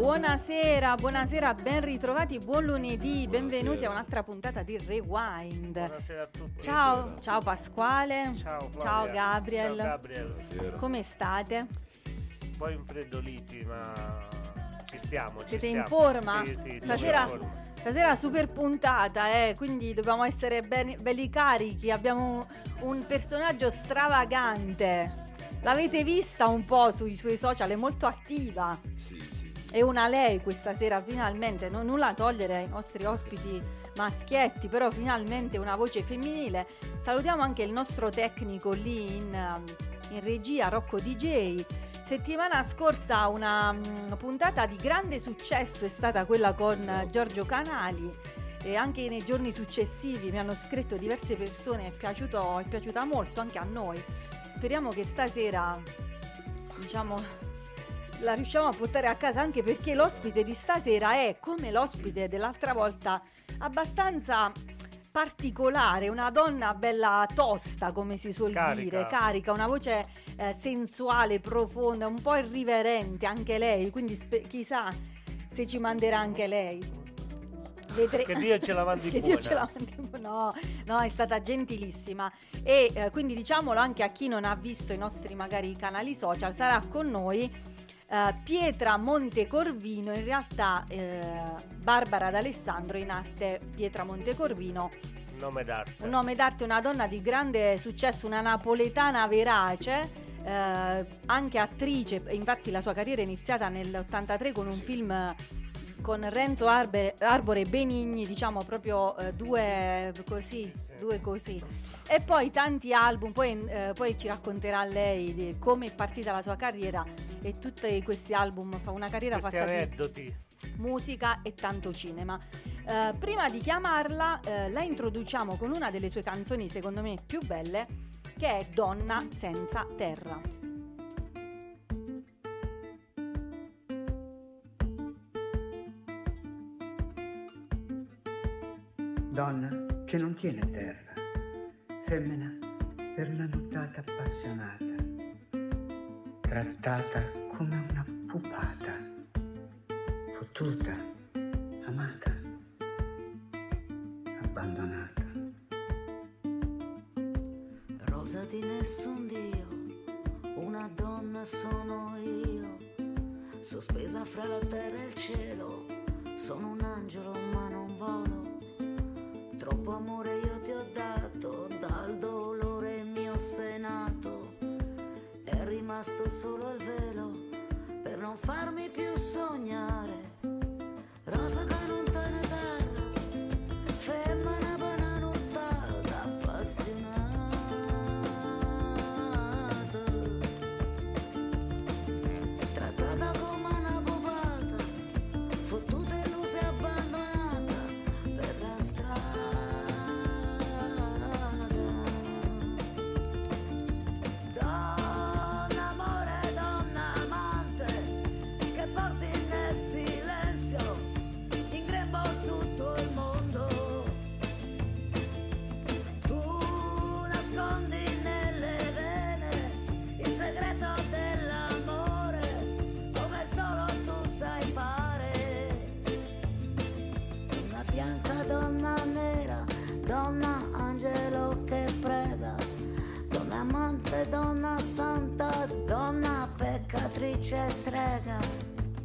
Buonasera, buonasera, ben ritrovati, buon lunedì, benvenuti a un'altra puntata di Rewind. Buonasera a tutti. Ciao, ciao Pasquale. Ciao Flavia. Ciao Gabriel. Ciao Gabriel. Come state? Un po' infreddoliti, ma ci stiamo. Siete in forma? Sì, Stasera super puntata, quindi dobbiamo essere belli carichi. Abbiamo un personaggio stravagante. L'avete vista un po' sui suoi social, è molto attiva. Sì. È una lei questa sera, finalmente, non nulla a togliere ai nostri ospiti maschietti, però finalmente una voce femminile. Salutiamo anche il nostro tecnico lì in regia, Rocco DJ. Settimana scorsa una puntata di grande successo è stata quella con Giorgio Canali, e anche nei giorni successivi mi hanno scritto diverse persone, è piaciuta molto anche a noi. Speriamo che stasera, la riusciamo a portare a casa, anche perché l'ospite di stasera è, come l'ospite dell'altra volta, abbastanza particolare, una donna bella tosta, come si suol dire, carica, una voce sensuale, profonda, un po' irriverente anche lei, quindi chissà se ci manderà anche lei. Che Dio ce la mandi buona. No, è stata gentilissima, e quindi diciamolo anche a chi non ha visto i nostri magari canali social, sarà con noi Pietra Montecorvino, in realtà Barbara D'Alessandro, in arte Pietra Montecorvino. Un nome d'arte, una donna di grande successo, una napoletana verace, anche attrice. Infatti la sua carriera è iniziata nell'83 con un film con Renzo Arbore e Benigni, diciamo proprio due così. E poi tanti album, poi ci racconterà lei di come è partita la sua carriera, e tutti questi album, fa una carriera fatta aneddoti di musica e tanto cinema. Prima di chiamarla, la introduciamo con una delle sue canzoni secondo me più belle, che è Donna senza terra. Donna che non tiene terra, femmina per la nottata appassionata, trattata come una pupata, fottuta, amata, abbandonata. Rosa di nessun Dio, una donna sono io, sospesa fra la terra e il cielo, sono un angelo ma non volo. Troppo amore io ti ho dato, dal dolore mio senato, è rimasto solo il velo per non farmi più sognare. Rosa che non te ne terra, femmina buona nottata, appassionata, trattata come una pupata, fottuta illusa e abbandonata per la strada. Donna amore, donna amante, che porti nel silenzio in grembo tutto il mondo. Tu nascondi nelle vene il segreto dell'amore, come solo tu sai fare. Una bianca donna nera, donna angelo che prega, donna amante, donna santa, donna peccatrice strega.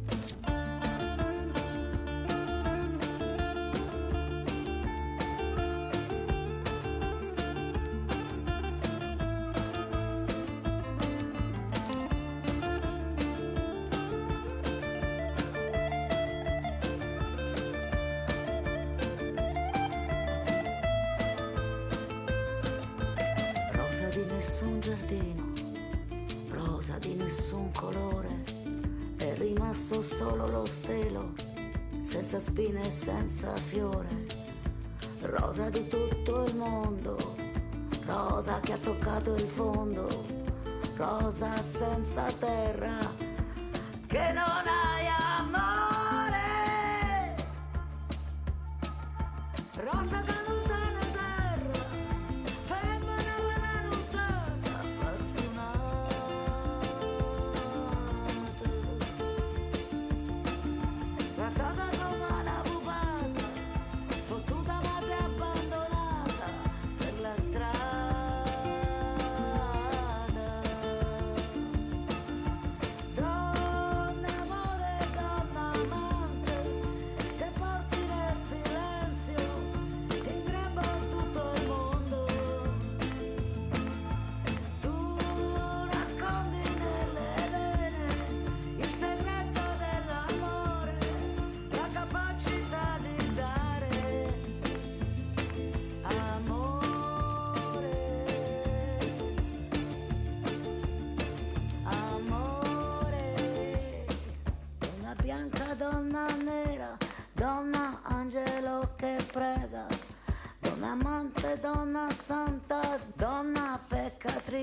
Rosa di nessun giardino, rosa di nessun colore, è rimasto solo lo stelo, senza spine e senza fiore. Rosa di tutto il mondo, rosa che ha toccato il fondo, rosa senza terra, che non hai amore. Rosa che non tiene terra, femmina buona nottata, appassionata.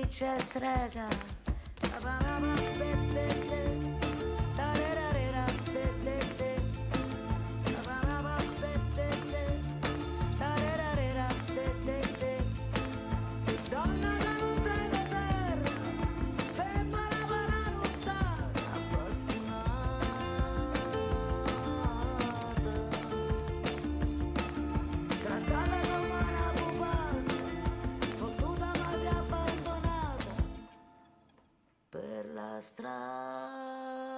c'è strega. Donna caduta in terra, femmina paranuttata, appassionata, trattata come una pupata, fottuta ma ti abbandonata per la strada.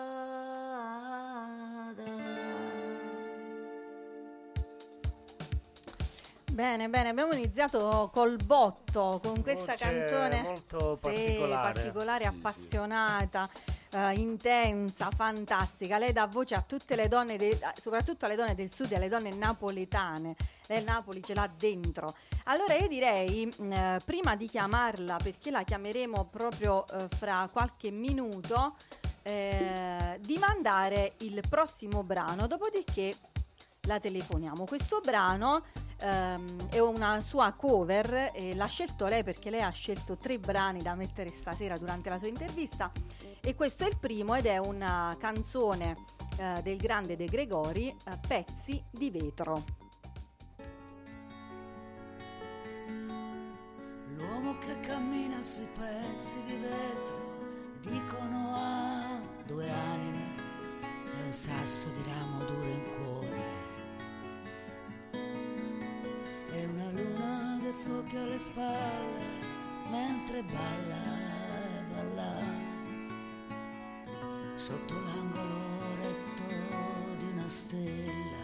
Bene, bene, abbiamo iniziato col botto con questa Voce canzone molto sì, particolare, appassionata, intensa, fantastica. Lei dà voce a tutte le donne, soprattutto alle donne del sud e alle donne napoletane. Lei Napoli ce l'ha dentro. Allora io direi, prima di chiamarla, perché la chiameremo proprio fra qualche minuto, di mandare il prossimo brano, dopodiché la telefoniamo. Questo brano è una sua cover, l'ha scelto lei perché lei ha scelto 3 brani da mettere stasera durante la sua intervista, e questo è il primo ed è una canzone del grande De Gregori, Pezzi di vetro. L'uomo che cammina sui pezzi di vetro, dicono ha 2 anime e un sasso di ramo duro in cuore, e una luna dei fuochi alle spalle mentre balla e balla sotto l'angolo retto di una stella.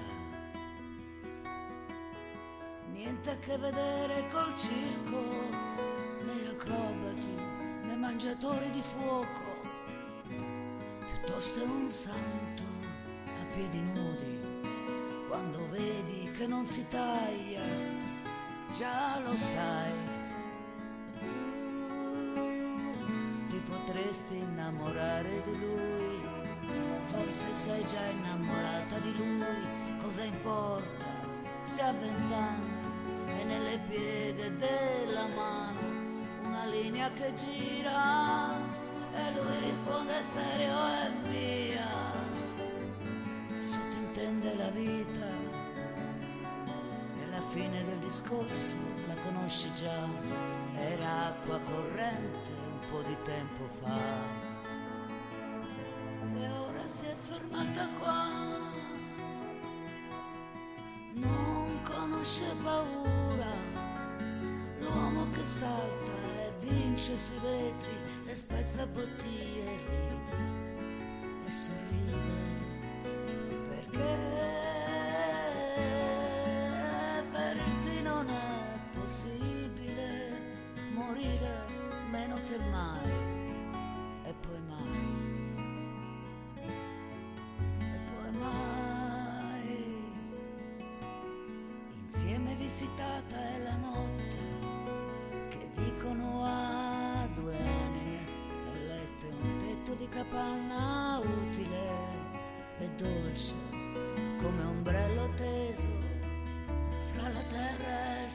Niente a che vedere col circo, né acrobati né mangiatori di fuoco, piuttosto è un santo a piedi nudi. Quando vedi che non si taglia, già lo sai. Ti potresti innamorare di lui, forse sei già innamorata di lui. Cosa importa se ha 20 anni e nelle pieghe della mano una linea che gira e lui risponde serio è mia. Sottintende la vita e la fine del discorso la conosci già, era acqua corrente un po' di tempo fa e ora si è fermata qua. Non conosce paura, l'uomo che salta e vince sui vetri e spezza bottiglie e ride e sorride, perché ferirsi non è possibile, morire meno che mai, e poi mai, e poi mai. Insieme visitata è la notte che dicono ha 2 anime, e letto un tetto di capanna utile e dolce come ombrello teso fra la terra e il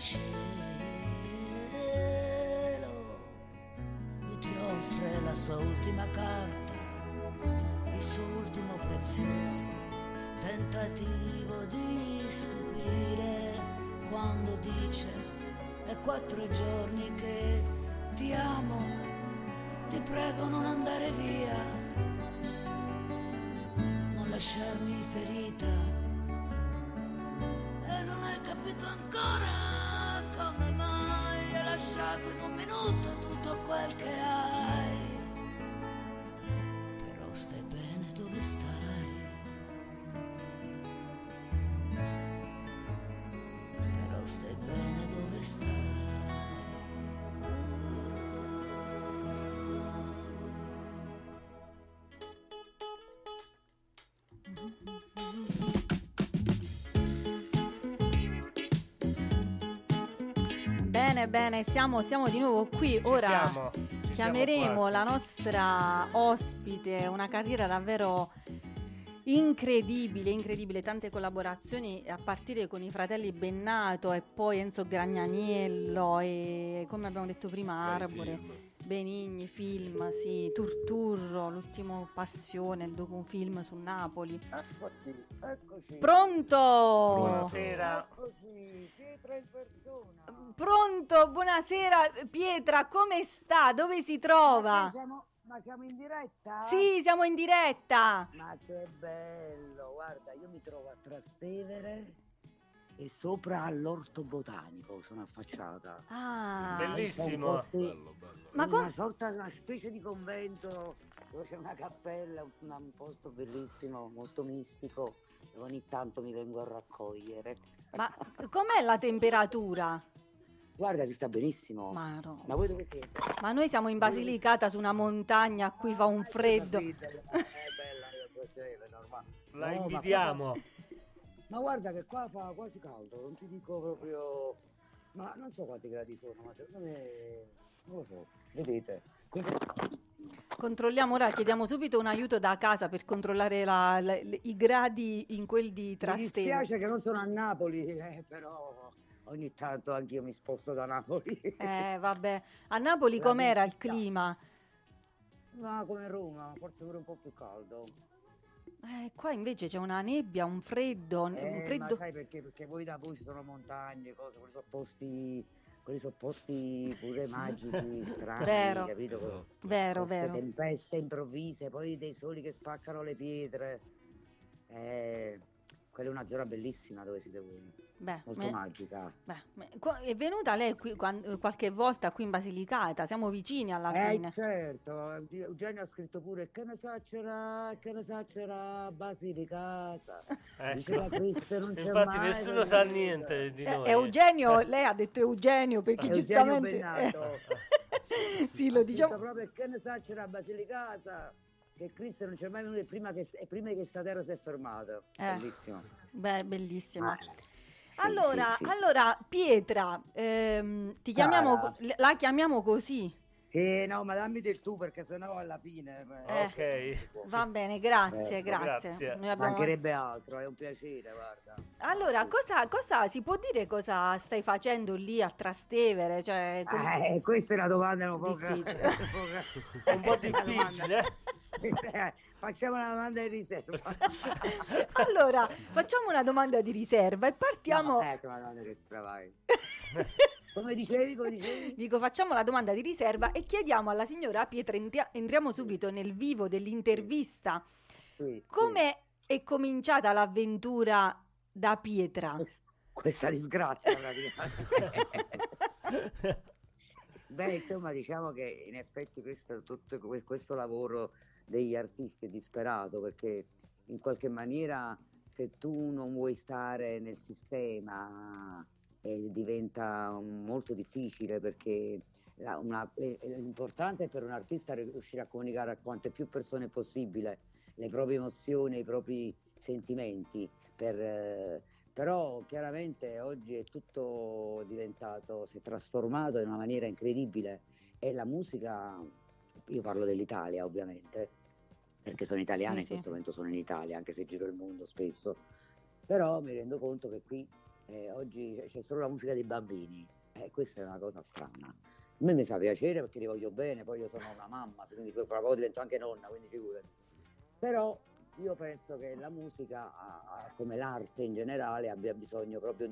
cielo. Lui ti offre la sua ultima carta, il suo ultimo prezioso tentativo di stupire, quando dice è 4 giorni che ti amo, ti prego non andare via, non lasciarmi ferita, e non hai capito ancora come mai hai lasciato in un minuto tutto quel che hai, però stai bene dove stai. Stai bene dove stai. Bene, bene, siamo di nuovo qui. Ora chiameremo la nostra ospite, una carriera davvero incredibile, tante collaborazioni a partire con i fratelli Bennato e poi Enzo Gragnaniello e, come abbiamo detto prima, Arbore, Benigni, film, sì, Turturro, L'ultimo Passione, il docufilm su Napoli. Eccoci. Pronto? Buonasera. Eccoci, Pietra in persona. Pronto, buonasera Pietra, come sta? Dove si trova? Ma siamo in diretta? Sì, siamo in diretta. Ma che bello, guarda, io mi trovo a Trastevere e sopra all'Orto Botanico sono affacciata. Ah, Bellissimo. ma Una sorta, una specie di convento dove c'è una cappella, un posto bellissimo, molto mistico, dove ogni tanto mi vengo a raccogliere. ma com'è la temperatura? Guarda, si sta benissimo. Ma no. Ma voi dove siete? Ma noi siamo in Basilicata su una montagna, qui fa un freddo. È bella, io è normale. La No, invidiamo. Ma guarda che qua fa quasi caldo, non ti dico proprio... Ma non so quanti gradi sono, ma secondo me... non lo so, vedete. Controlliamo ora, chiediamo subito un aiuto da casa per controllare i gradi in quel di Mi Trastevere. dispiace che non sono a Napoli, però ogni tanto anch'io mi sposto da Napoli. Vabbè. A Napoli com'era il città. clima? Ma come Roma, forse pure un po' più caldo. Qua invece c'è una nebbia, un freddo. Ma sai perché? Perché voi da voi ci sono montagne, cose, quelli sono posti pure magici, strani, Vero. capito? Vero, Queste vero. tempeste improvvise, poi dei soli che spaccano le pietre. Quella è una zona bellissima dove siete voi, Beh, molto magica. è venuta lei qui qualche volta qui in Basilicata, siamo vicini alla fine. Certo, Eugenio ha scritto pure che ne saccerà Basilicata. Dice la Cristo, non c'è Infatti mai nessuno sa niente di noi. Eugenio, lei ha detto Eugenio perché Eugenio giustamente Bennato. sì, lo diciamo. Proprio che ne saccerà Basilicata, che Cristo non c'è mai venuto prima che sta terra si è fermata. Bellissimo. Beh, bellissimo. Sì, allora, sì, sì. allora Pietra, ti chiamiamo, la chiamiamo così. No, ma dammi del tu perché sennò alla fine. Ok. Va bene, grazie, grazie. Noi abbiamo... Mancherebbe altro, è un piacere, guarda. Allora, cosa si può dire, cosa stai facendo lì a Trastevere? Cioè, Questa è una domanda un po' difficile. Un po' difficile. Facciamo una domanda di riserva. Allora, facciamo una domanda di riserva e partiamo. Ecco una domanda di riserva, vai. Come dicevi? Dico, facciamo la domanda di riserva e chiediamo alla signora Pietra, entriamo subito nel vivo dell'intervista. Sì, Come è cominciata l'avventura da Pietra? questa disgrazia praticamente. Beh, insomma, diciamo che in effetti questo lavoro degli artisti è disperato, perché in qualche maniera se tu non vuoi stare nel sistema diventa molto difficile, perché l'importante è per un artista riuscire a comunicare a quante più persone possibile le proprie emozioni, i propri sentimenti, però chiaramente oggi è tutto si è trasformato in una maniera incredibile, e la musica, io parlo dell'Italia ovviamente, perché sono italiana, in questo momento sono in Italia, anche se giro il mondo spesso, però mi rendo conto che qui oggi c'è solo la musica dei bambini, questa è una cosa strana. A me mi fa piacere perché li voglio bene, poi io sono una mamma, quindi fra poco divento anche nonna, quindi figurati. Però io penso che la musica, come l'arte in generale, abbia bisogno proprio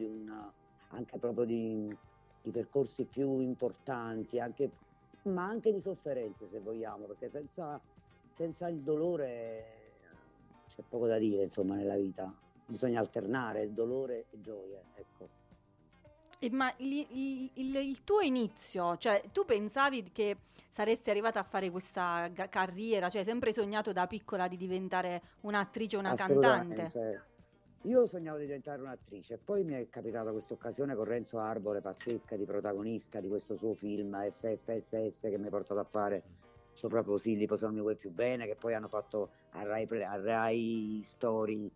di percorsi più importanti, ma anche di sofferenze, se vogliamo, perché senza il dolore c'è poco da dire, insomma, nella vita. Bisogna alternare dolore e gioia, ecco. Ma il tuo inizio, cioè tu pensavi che saresti arrivata a fare questa carriera, cioè hai sempre sognato da piccola di diventare un'attrice o una cantante? Io sognavo di diventare un'attrice, poi mi è capitata questa occasione con Renzo Arbore, pazzesca, di protagonista di questo suo film FFSS, che mi ha portato a fare sopra Posillipo, Se non mi vuoi più bene, che poi hanno fatto a Rai Story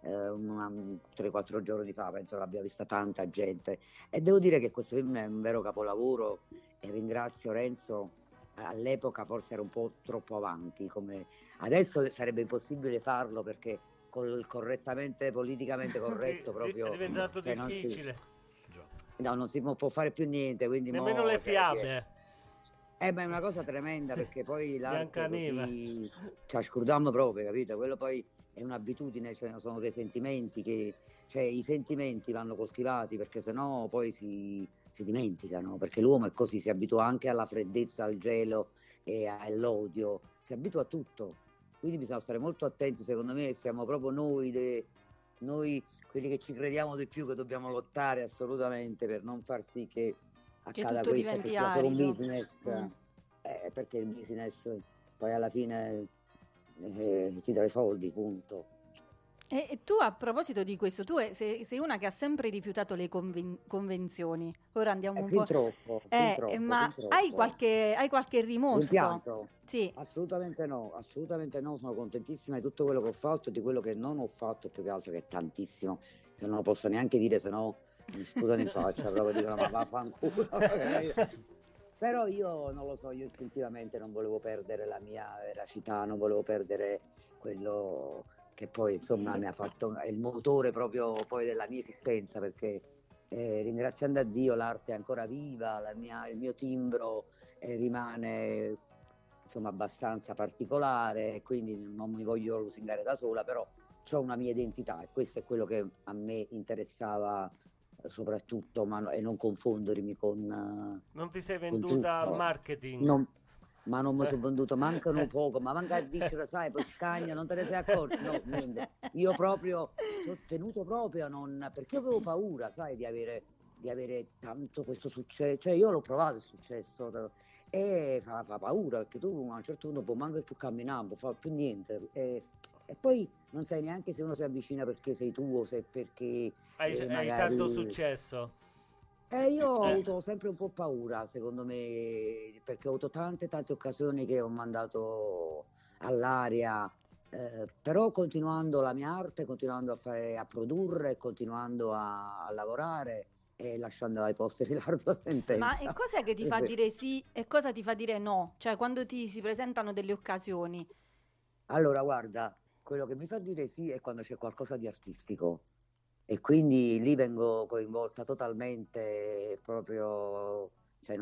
3-4 giorni fa, penso che l'abbia vista tanta gente, e devo dire che questo film è un vero capolavoro, e ringrazio Renzo. All'epoca forse era un po' troppo avanti, come adesso sarebbe impossibile farlo, perché col correttamente politicamente corretto proprio è diventato difficile. Non si può fare più niente, quindi nemmeno le fiabe. Ma è una cosa tremenda, Sì. perché poi l'arte Biancaneve. così ci ascoltiamo proprio, capito? Quello poi è un'abitudine, cioè sono dei sentimenti che, cioè i sentimenti vanno coltivati, perché sennò poi si dimenticano, perché l'uomo è così, si abitua anche alla freddezza, al gelo e all'odio, si abitua a tutto. Quindi bisogna stare molto attenti, secondo me siamo proprio noi quelli che ci crediamo di più, che dobbiamo lottare assolutamente per non far sì che Che accada tutto questo, che diventi sia solo un arido. business, Mm. perché il business poi alla fine ti dà i soldi, punto. E tu, a proposito di questo, sei una che ha sempre rifiutato le convenzioni. Ora andiamo un Fin po'. troppo, Ma fin hai troppo. qualche rimorso? Rimpianto? Sì. Assolutamente no, sono contentissima di tutto quello che ho fatto e di quello che non ho fatto, più che altro, che è tantissimo, che non lo posso neanche dire, se no mi sputano in faccia, proprio dicono ma vaffanculo. Però io non lo so, io istintivamente non volevo perdere la mia veracità, non volevo perdere quello che poi insomma mi ha fatto, è il motore proprio poi della mia esistenza, perché ringraziando a Dio l'arte è ancora viva, il mio timbro rimane insomma abbastanza particolare, quindi non mi voglio lusingare da sola, però ho una mia identità e questo è quello che a me interessava soprattutto, e non confondermi Non ti sei con venduta al tutto. marketing? Ma non mi sono venduto mancano poco, ma manca a dire, sai, poi scagna, non te ne sei accorto? No, niente. Io proprio sono tenuto proprio a non, perché avevo paura, sai, di avere tanto questo successo, cioè io l'ho provato il successo e fa paura, perché tu a un certo punto può manco più camminare, non può fare più niente e poi non sai neanche se uno si avvicina perché sei tu o se perché Hai magari tanto successo. io ho avuto sempre un po' paura, secondo me, perché ho avuto tante occasioni che ho mandato all'aria, però continuando la mia arte, continuando a produrre, continuando a lavorare e lasciando ai posteri l'ardo Ma e sentenza. cos'è che ti fa dire sì e cosa ti fa dire no? Cioè, quando ti si presentano delle occasioni. Allora, guarda, quello che mi fa dire sì è quando c'è qualcosa di artistico. E quindi lì vengo coinvolta totalmente, proprio, cioè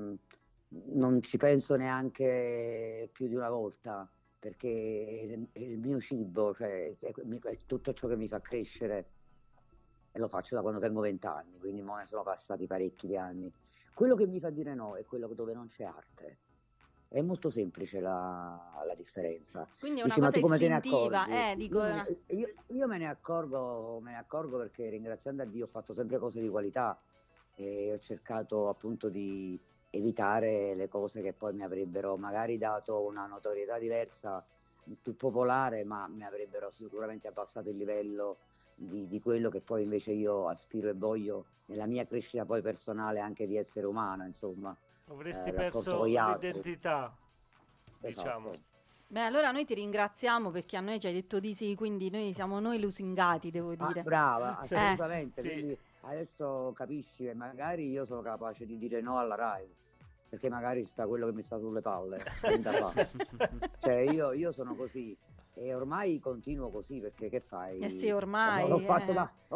non ci penso neanche più di una volta, perché è il mio cibo, cioè è tutto ciò che mi fa crescere e lo faccio da quando tengo 20 anni, quindi mo ne sono passati parecchi di anni. Quello che mi fa dire no è quello dove non c'è arte. È molto semplice la differenza. Quindi è una Dici, ma cosa tu come te ne istintiva, accorgi? dico, Io me ne accorgo perché ringraziando a Dio ho fatto sempre cose di qualità e ho cercato appunto di evitare le cose che poi mi avrebbero magari dato una notorietà diversa, più popolare, ma mi avrebbero sicuramente abbassato il livello di quello che poi invece io aspiro e voglio nella mia crescita poi personale anche di essere umano, insomma. Avresti Il rapporto con perso gli altri. l'identità, diciamo. Esatto. beh, allora noi ti ringraziamo perché a noi ci hai detto di sì, quindi noi siamo noi lusingati, devo dire. Brava, assolutamente. Sì. Quindi adesso capisci che magari io sono capace di dire no alla Rai, perché magari sta quello che mi sta sulle palle. Niente da fare. Cioè io sono così e ormai continuo così, perché che fai? Eh sì, ormai, L'ho fatto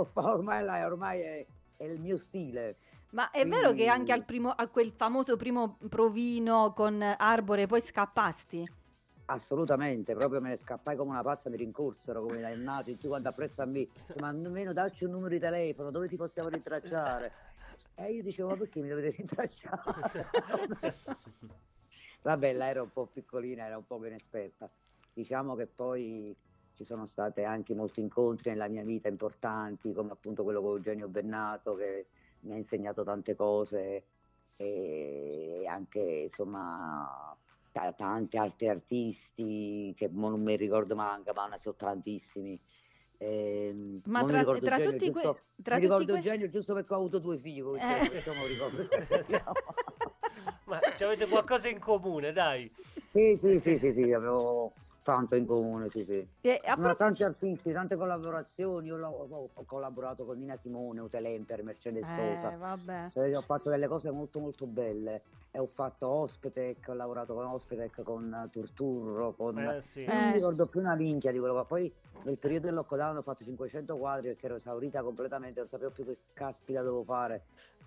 ormai è il mio stile. Ma è vero che anche a quel famoso primo provino con Arbore poi scappasti? Assolutamente, proprio me ne scappai come una pazza, mi rincorsero come dannati, tutti quanti appresso a me, ma almeno dacci un numero di telefono, dove ti possiamo rintracciare? E io dicevo, ma perché mi dovete rintracciare? Vabbè, là ero un po' piccolina, era un po' inesperta. Diciamo che poi ci sono state anche molti incontri nella mia vita importanti, come appunto quello con Eugenio Bennato, che mi ha insegnato tante cose, e anche insomma tanti altri artisti che non mi ricordo manca, ma ne sono tantissimi. Ma mi ricordo tra Eugenio, tutti giusto, tra mi tutti ricordo Eugenio giusto perché ho avuto 2 figli con questo me lo ricordo. Ma avete qualcosa in comune, dai. Sì, avevo tanto in comune, sì. Ma tanti artisti, tante collaborazioni, io ho collaborato con Nina Simone, Utelemper, Mercedes Sosa, vabbè. cioè, ho fatto delle cose molto belle e ho fatto Ospetec, ho lavorato con Ospetec, con Turturro, Sì. non mi ricordo più una minchia di quello che poi nel periodo del lockdown ho fatto 500 quadri perché ero esaurita completamente, non sapevo più che caspita dovevo fare.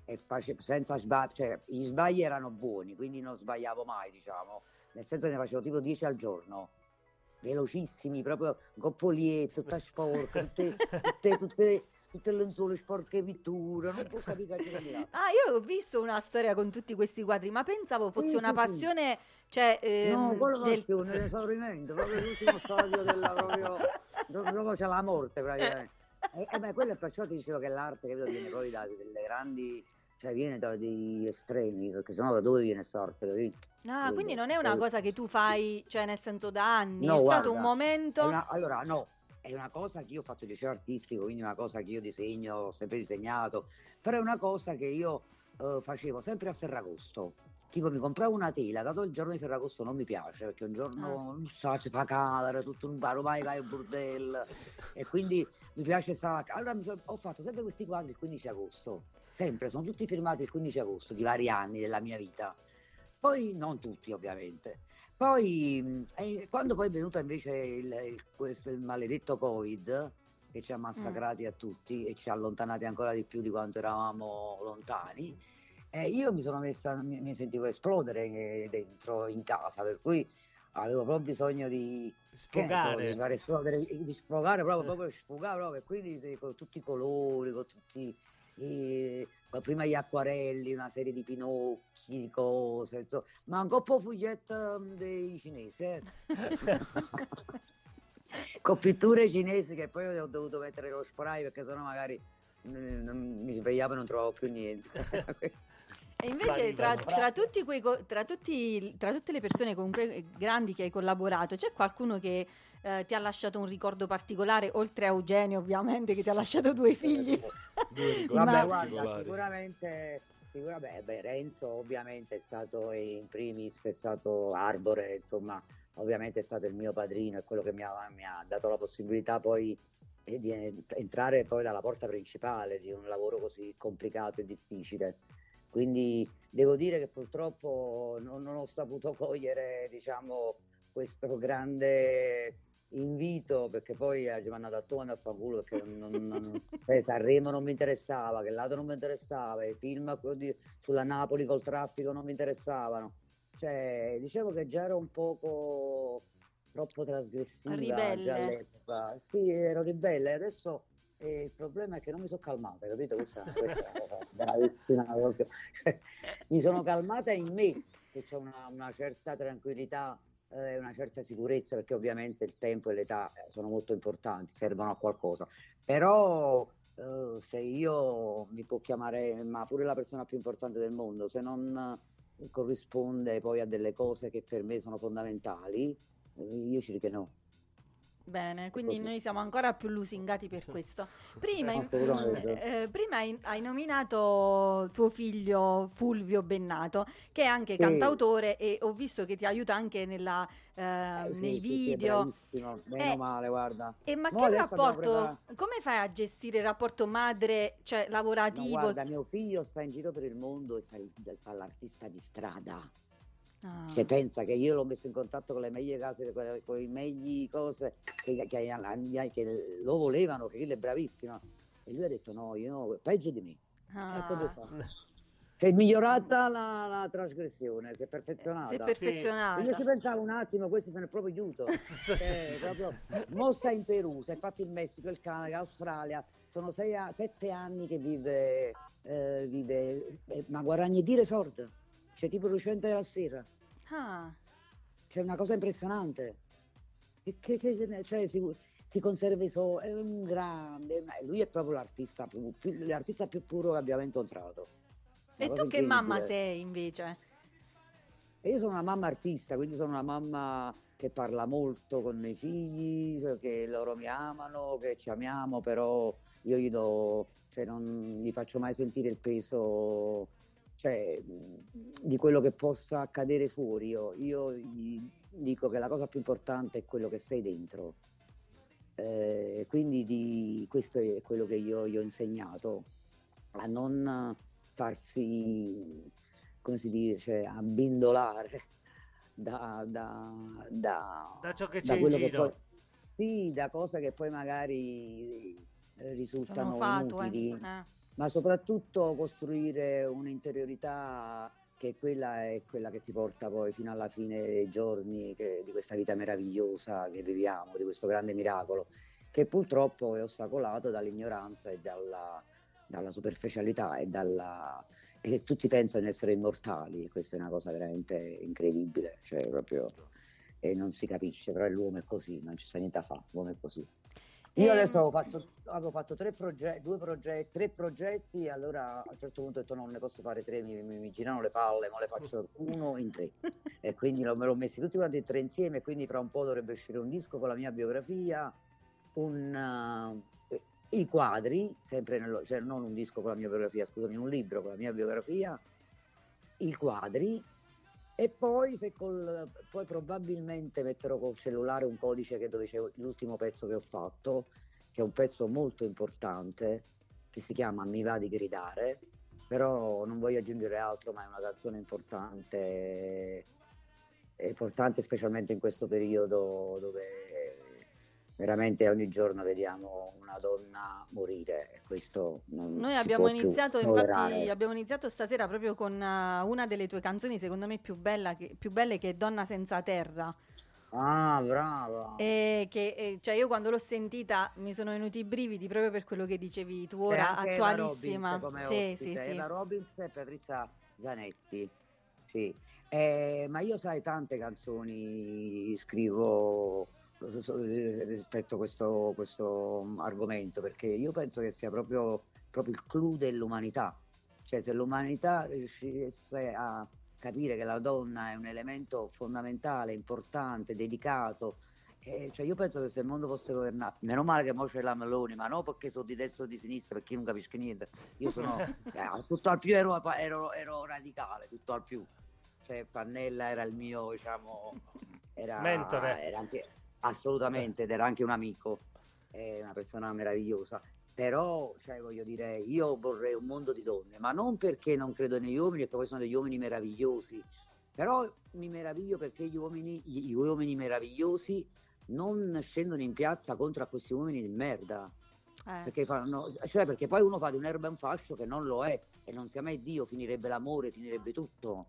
e senza cioè gli sbagli erano buoni, quindi non sbagliavo mai, diciamo, nel senso che ne facevo tipo 10 al giorno, velocissimi, proprio goppolie, tutta sporca, tutte lenzuola sporche pitture, non può capire che capirà. Ah, io ho visto una storia con tutti questi quadri, ma pensavo fosse Sì, una sì, sì. passione, cioè, No, quello passione, l'esaurimento, proprio l'ultimo stadio della proprio, dopo c'è la morte praticamente. Beh, quello è perciò ti dicevo che l'arte, capito, viene poi da delle grandi, cioè viene da degli estremi, perché sennò da dove viene sta arte, capito? Ah, quindi non è una Poi- cosa che tu fai, cioè nel senso da anni, No, è stato un guarda, momento... allora no, è una cosa che io ho fatto il liceo artistico, quindi è una cosa che io disegno, ho sempre disegnato, però è una cosa che io facevo sempre a Ferragosto. Tipo mi compravo una tela, dato il giorno di Ferragosto non mi piace, perché un giorno, non so, si fa calore, tutto un bar, vai al bordello, e quindi mi piace allora ho fatto sempre questi quadri il 15 agosto, sempre, sono tutti firmati il 15 agosto di vari anni della mia vita. Poi non tutti ovviamente. Poi quando poi è venuto invece il maledetto Covid che ci ha massacrati a tutti e ci ha allontanati ancora di più di quanto eravamo lontani, io mi sentivo esplodere dentro in casa, per cui avevo proprio bisogno di Sfogare. di fare esplodere, di sfogare proprio sfogare proprio, e quindi con tutti i colori, con tutti prima gli acquarelli, una serie di pinocchi, di cose, insomma, ma un po' foglietta dei cinesi, con pitture cinesi che poi ho dovuto mettere lo spray perché sennò magari mi svegliavo e non trovavo più niente. E invece tra tutte le persone comunque grandi che hai collaborato, c'è qualcuno che ti ha lasciato un ricordo particolare, oltre a Eugenio ovviamente, che ti ha lasciato due figli? Vabbè, guarda, sicuramente Renzo ovviamente è stato in primis, è stato Arbore, insomma, ovviamente è stato il mio padrino, è quello che mi ha dato la possibilità poi di entrare poi dalla porta principale di un lavoro così complicato e difficile. Quindi devo dire che purtroppo non ho saputo cogliere, diciamo, questo grande invito, perché poi ci mi hanno dato a fanculo, perché Sanremo non mi interessava, che l'altro non mi interessava, i film sulla Napoli col traffico non mi interessavano. Cioè, dicevo che già ero un poco troppo trasgressiva Ribelle. già all'epoca. Sì, ero ribelle, adesso il problema è che non mi sono calmata, capito? Questa è una cosa bravissima proprio. Mi sono calmata in me, che c'è una certa tranquillità, una certa sicurezza, perché ovviamente il tempo e l'età sono molto importanti, servono a qualcosa. Però se io mi può chiamare, ma pure la persona più importante del mondo, se non corrisponde poi a delle cose che per me sono fondamentali, io ci dico che no. Bene, quindi noi siamo ancora più lusingati per questo. Prima hai nominato tuo figlio Fulvio Bennato, che è anche cantautore, e ho visto che ti aiuta anche nei video. Sì, bravissimo, meno male, guarda. Ma che rapporto, come fai a gestire il rapporto madre, cioè lavorativo? No, guarda, mio figlio sta in giro per il mondo e fa l'artista di strada. Cioè, pensa che io l'ho messo in contatto con le meglio case, con i meglio cose che lo volevano, che lui è bravissimo, e lui ha detto no, io peggio di me. Si è migliorata la trasgressione, si è perfezionata. Io ci pensavo un attimo, questo se ne è proprio aiuto. Proprio, mo sta in Perù, si è fatto in Messico, il Canada, Australia, sono 7 anni che vive, ma guadagna di resort. C'è tipo 200 euro a sera. C'è una cosa impressionante. Cioè, si conserva i soldi, è un grande. Lui è proprio l'artista più puro che abbiamo incontrato. E tu che mamma sei invece? E io sono una mamma artista, quindi sono una mamma che parla molto con i figli, che loro mi amano, che ci amiamo, però io non gli faccio mai sentire il peso, cioè, di quello che possa accadere fuori. Io gli dico che la cosa più importante è quello che sei dentro. Quindi questo è quello che io gli ho insegnato, a non farsi, come si dice, abbindolare da ciò che c'è in giro. Da cose che poi magari risultano fatue. inutili. ma soprattutto costruire un'interiorità che è quella che ti porta poi fino alla fine dei giorni di questa vita meravigliosa che viviamo, di questo grande miracolo, che purtroppo è ostacolato dall'ignoranza e dalla superficialità e tutti pensano di essere immortali. Questa è una cosa veramente incredibile, cioè proprio, e non si capisce, però l'uomo è così, non ci sta niente da fare, l'uomo è così. Io adesso avevo fatto tre progetti, allora a un certo punto ho detto no, non ne posso fare tre, mi girano le palle, ma le faccio uno in tre. E quindi me l'ho messi tutti quanti e tre insieme, e quindi fra un po' dovrebbe uscire un disco con la mia biografia, i quadri, sempre cioè non un disco con la mia biografia, scusami, un libro con la mia biografia, i quadri. E poi, poi probabilmente metterò col cellulare un codice dove c'è l'ultimo pezzo che ho fatto, che è un pezzo molto importante, che si chiama Mi va di gridare, però non voglio aggiungere altro, ma è una canzone importante specialmente in questo periodo dove veramente ogni giorno vediamo una donna morire. Questo non Noi si abbiamo può più iniziato, tollerare. infatti, abbiamo iniziato stasera proprio con una delle tue canzoni, secondo me più belle, che è Donna senza terra. Ah, brava! Cioè io quando l'ho sentita mi sono venuti i brividi proprio per quello che dicevi tu ora, C'è anche Eva attualissima. Robbins come Sì, ospite, sì. Eva Robbins e Patrizia Zanetti. Sì. Ma io sai, tante canzoni scrivo rispetto a questo argomento, perché io penso che sia proprio il clou dell'umanità. Cioè, se l'umanità riuscisse a capire che la donna è un elemento fondamentale, importante, delicato, cioè io penso che se il mondo fosse governato, meno male che mo c'è la Meloni, ma non perché sono di destra o di sinistra, perché io non capisco niente. Io sono tutto al più ero radicale, tutto al più. Cioè Pannella era il mio, diciamo, mentore. Era anche, assolutamente, ed era anche un amico, è una persona meravigliosa. Però, cioè, voglio dire, io vorrei un mondo di donne, ma non perché non credo negli uomini, perché poi sono degli uomini meravigliosi, però mi meraviglio perché gli uomini meravigliosi non scendono in piazza contro a questi uomini di merda. Perché poi uno fa di un'erba un fascio che non lo è, e non sia mai Dio, finirebbe l'amore, finirebbe tutto.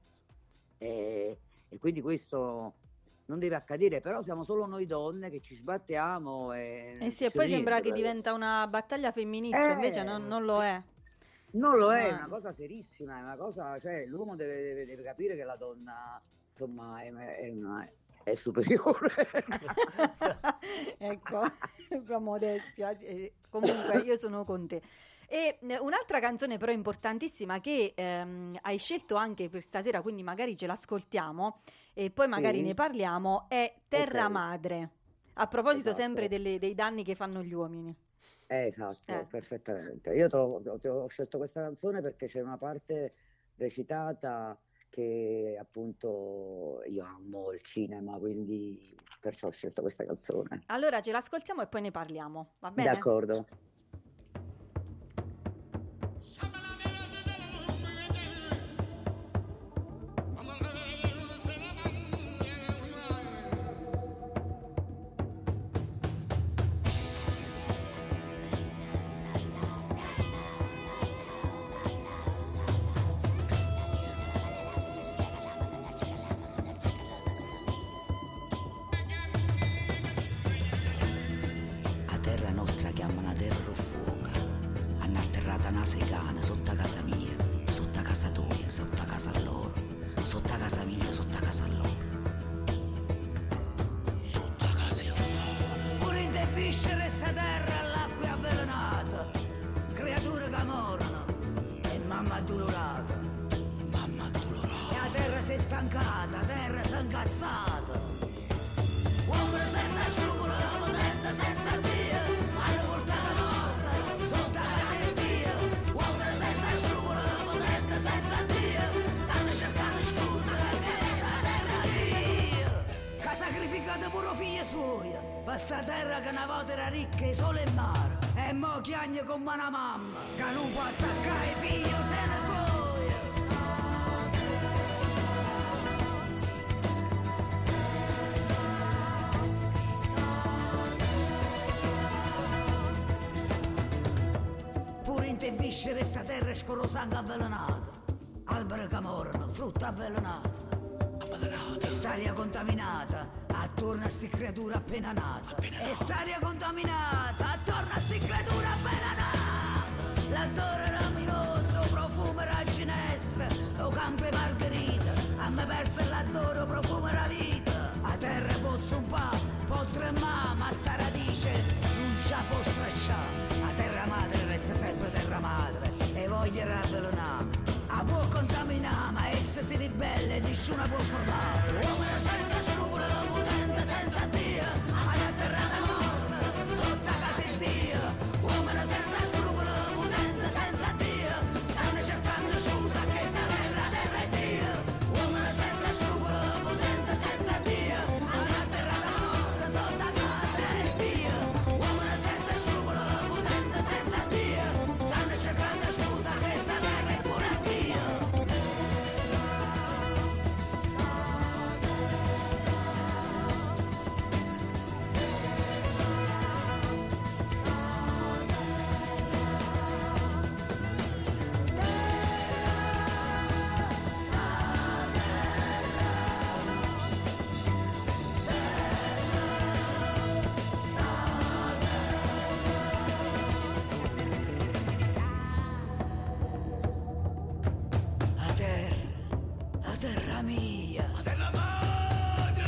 E quindi questo non deve accadere, però siamo solo noi donne che ci sbattiamo Sì, e poi sembra che diventa una battaglia femminista, invece non lo è. Non lo è, è una cosa serissima, è una cosa, cioè l'uomo deve capire che la donna, insomma, è superiore. Ecco, con modestia. Comunque io sono con te. E un'altra canzone però importantissima che hai scelto anche per stasera, quindi magari ce l'ascoltiamo e poi magari ne parliamo, è Terra Madre, a proposito sempre dei danni che fanno gli uomini. Esatto, perfettamente. Io ho scelto questa canzone perché c'è una parte recitata che appunto io amo il cinema, quindi perciò ho scelto questa canzone. Allora ce l'ascoltiamo e poi ne parliamo, va bene? D'accordo. Questa terra che una volta era ricca e sole e mare, e mo chiagna come una mamma che non può attaccare figlio se ne soia. Pure in te bisce crescere sta terra e scorro sangue avvelenato. Alberi che morano, frutta avvelenata. E st'aria contaminata, attorno a sti creature appena nate. E st'aria contaminata, attorno a sti creature appena nate. L'odore raminoso, profumo era ginestra, lo campo e margherita. A me perse l'odore, profumo era vita. A terra pozzo un po' tremà, ma sta radice non ci può stracciare. La terra madre resta sempre terra madre e voglia era avvelenare. La può contaminare, ma essa si ribella e nessuno può formare. Uomo senza scrupolo, potente senza Dio, alla terra da morte, sotto a casa di Dio. Uomo senza scrupolo, potente senza Dio, stanno cercando scusa che sta terra è Dio. Uomo senza scrupolo, potente senza Dio, alla terra da morte, sotto a casa di Dio. Uomo senza scrupolo, potente senza Dio, stanno cercando scusa che sta terra è pure Dio. A terra mia. A terra madre.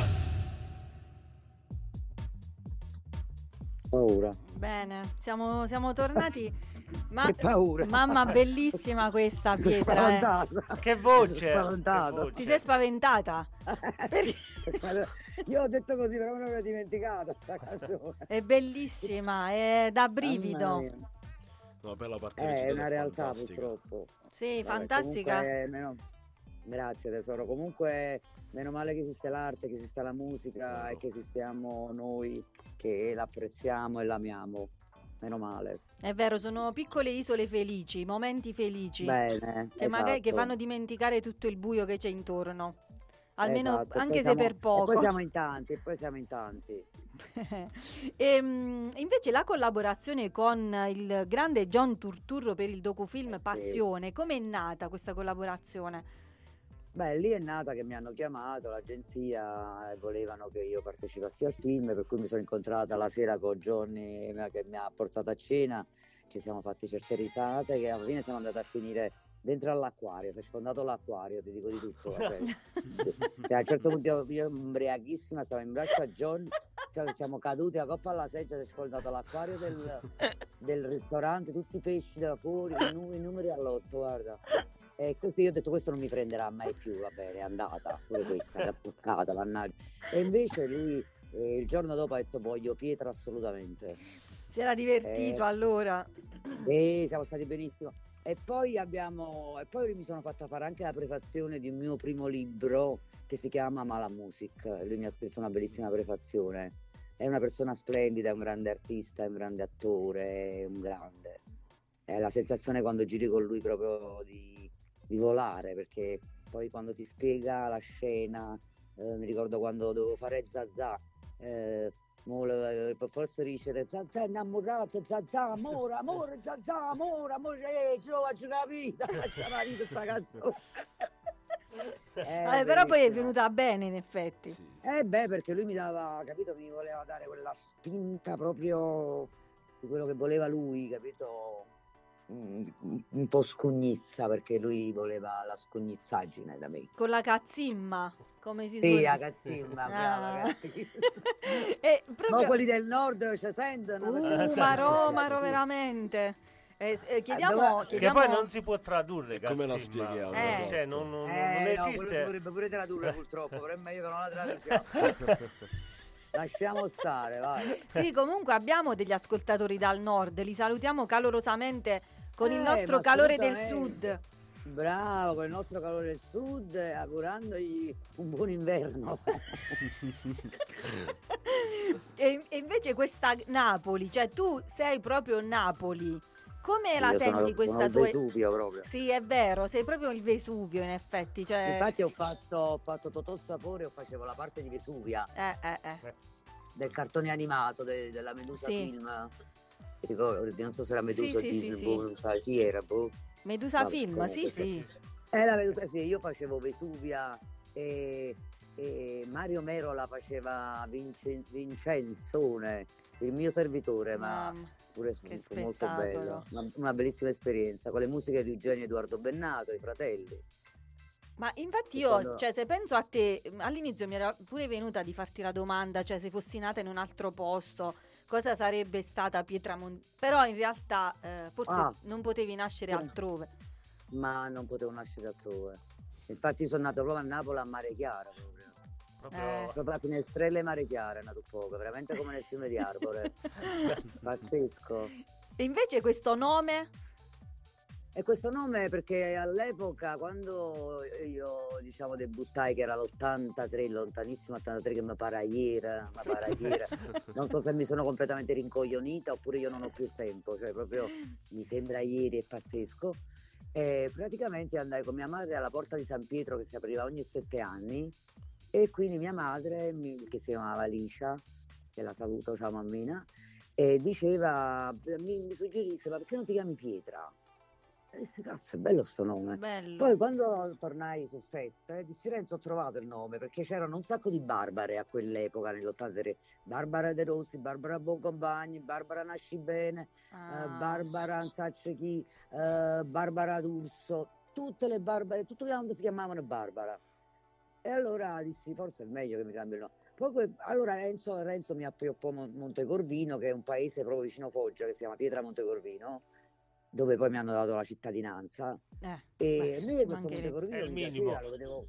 Paura. Bene, siamo tornati. Ma, Che paura. mamma, bellissima questa Sono Pietra. spaventata. Che voce! Sono spaventata. Che voce. Ti sei spaventata? Io ho detto così, però me l'avevo dimenticata sta canzone. È bellissima, è da Mamma brivido. mia. No, bella parte recitata, È una realtà fantastica. purtroppo. Sì, Vabbè, fantastica. comunque, grazie tesoro. Comunque meno male che esiste l'arte, che esiste la musica e che esistiamo noi che l'apprezziamo e l'amiamo. Meno male. È vero, sono piccole isole felici, momenti felici. Bene. Che magari che esatto. fanno dimenticare tutto il buio che c'è intorno. Almeno Esatto, anche poi se per E poco. poi siamo in tanti. Invece la collaborazione con il grande John Turturro per il docufilm Sì. Passione, com'è nata questa collaborazione? Beh, lì è nata che mi hanno chiamato l'agenzia e volevano che io partecipassi al film, per cui mi sono incontrata la sera con Johnny che mi ha portato a cena, ci siamo fatti certe risate che alla fine siamo andati a finire dentro all'acquario, si è sfondato l'acquario, ti dico di tutto. Cioè, a un certo punto io ubriachissima stavo in braccio a Johnny, cioè, siamo caduti a coppa alla seggiola, si è sfondato l'acquario del ristorante, tutti i pesci da fuori, i numeri all'otto, guarda. E così io ho detto questo non mi prenderà mai più, va bene, è andata pure questa, è bloccata, mannaggia. E invece lui il giorno dopo ha detto voglio Pietra assolutamente. Si era divertito allora. E siamo stati benissimo. E poi mi sono fatta fare anche la prefazione di un mio primo libro che si chiama Mala Music. Lui mi ha scritto una bellissima prefazione. È una persona splendida, è un grande artista, è un grande attore, è un grande. È la sensazione quando giri con lui proprio di volare, perché poi quando ti spiega la scena, mi ricordo quando dovevo fare Zazà, forse dice Zazà è innamorato, Zazà, amore, Zazà, amore, ci lo faccio capire, questa canzone. Vabbè, però poi è venuta bene in effetti. Sì. Perché lui mi dava, capito, mi voleva dare quella spinta proprio di quello che voleva lui, capito? Un po' scugnizza, perché lui voleva la scugnizzaggine da me. Con la cazzimma, come si Sì, suol la dire. cazzimma, brava, Ah. cazzimma. E Ma proprio... quelli del nord ci sentono? Maro, veramente. Chiediamo, Che chiediamo... poi non si può tradurre, Come la cazzimma. spieghiamo? Eh. Cioè, Esatto. non No, quello esiste. dovrebbe pure tradurre purtroppo, però è meglio che non la traduciamo. Lasciamo stare, vai. Sì, comunque abbiamo degli ascoltatori dal nord, li salutiamo calorosamente con il nostro Ma calore del assolutamente. sud. Bravo, con il nostro calore del sud, augurandogli un buon inverno. E invece questa Napoli, cioè tu sei proprio Napoli, come la Io senti questa sono tua... il Vesuvio proprio. Sì, è vero, sei proprio il Vesuvio in effetti, cioè... Infatti ho fatto Totò Sapore, io facevo la parte di Vesuvia Eh. del cartone animato della Medusa Sì. Film. non so se era Sì, Medusa o sì, sì, Disney, sì. boh, non so chi era, boh. Medusa Vabbè, Film, comunque sì, sì. la Medusa, sì, io facevo Vesuvia e Mario Mero la faceva Vincenzone, il mio servitore, ma Mamma, pure che fu molto spettacolo. bello, una bellissima esperienza con le musiche di Eugenio Edoardo Bennato, i fratelli. Ma infatti E io, quando... cioè, se penso a te, all'inizio mi era pure venuta di farti la domanda, cioè, se fossi nata in un altro posto, cosa sarebbe stata Pietramonte? Però in realtà forse Ah, non potevi nascere sì. altrove. Ma non potevo nascere altrove. Infatti sono nato proprio a Napoli a Mare Chiara, proprio a Finestrelle Mare Chiara, è nato poco, veramente come nel fiume di Arbore. Pazzesco. E invece questo nome? E questo nome perché all'epoca, quando io diciamo debuttai, che era l'83, lontanissimo 83, che mi pare ieri, non so se mi sono completamente rincoglionita oppure io non ho più il tempo, cioè proprio mi sembra ieri, è pazzesco. E praticamente andai con mia madre alla Porta di San Pietro, che si apriva ogni 7 anni, e quindi mia madre, che si chiamava Licia, che la saluto, ciao mammina, e diceva, mi suggerisse, ma perché non ti chiami Pietra? E dissi, cazzo, è bello sto nome. Bello. Poi quando tornai sul set, dissi, Renzo, ho trovato il nome, perché c'erano un sacco di Barbare a quell'epoca, nell'83. Barbara De Rossi, Barbara Boncompagni, Barbara Nascibene, Barbara non so chi, Barbara D'Urso, tutte le Barbare, tutte le donne si chiamavano Barbara. E allora dissi, forse è meglio che mi cambi il nome. Poi, allora Renzo mi appioppò Montecorvino, che è un paese proprio vicino Foggia, che si chiama Pietra Montecorvino, dove poi mi hanno dato la cittadinanza. E a me questo Montecorvino è il mi minimo. piaceva, lo vedevo.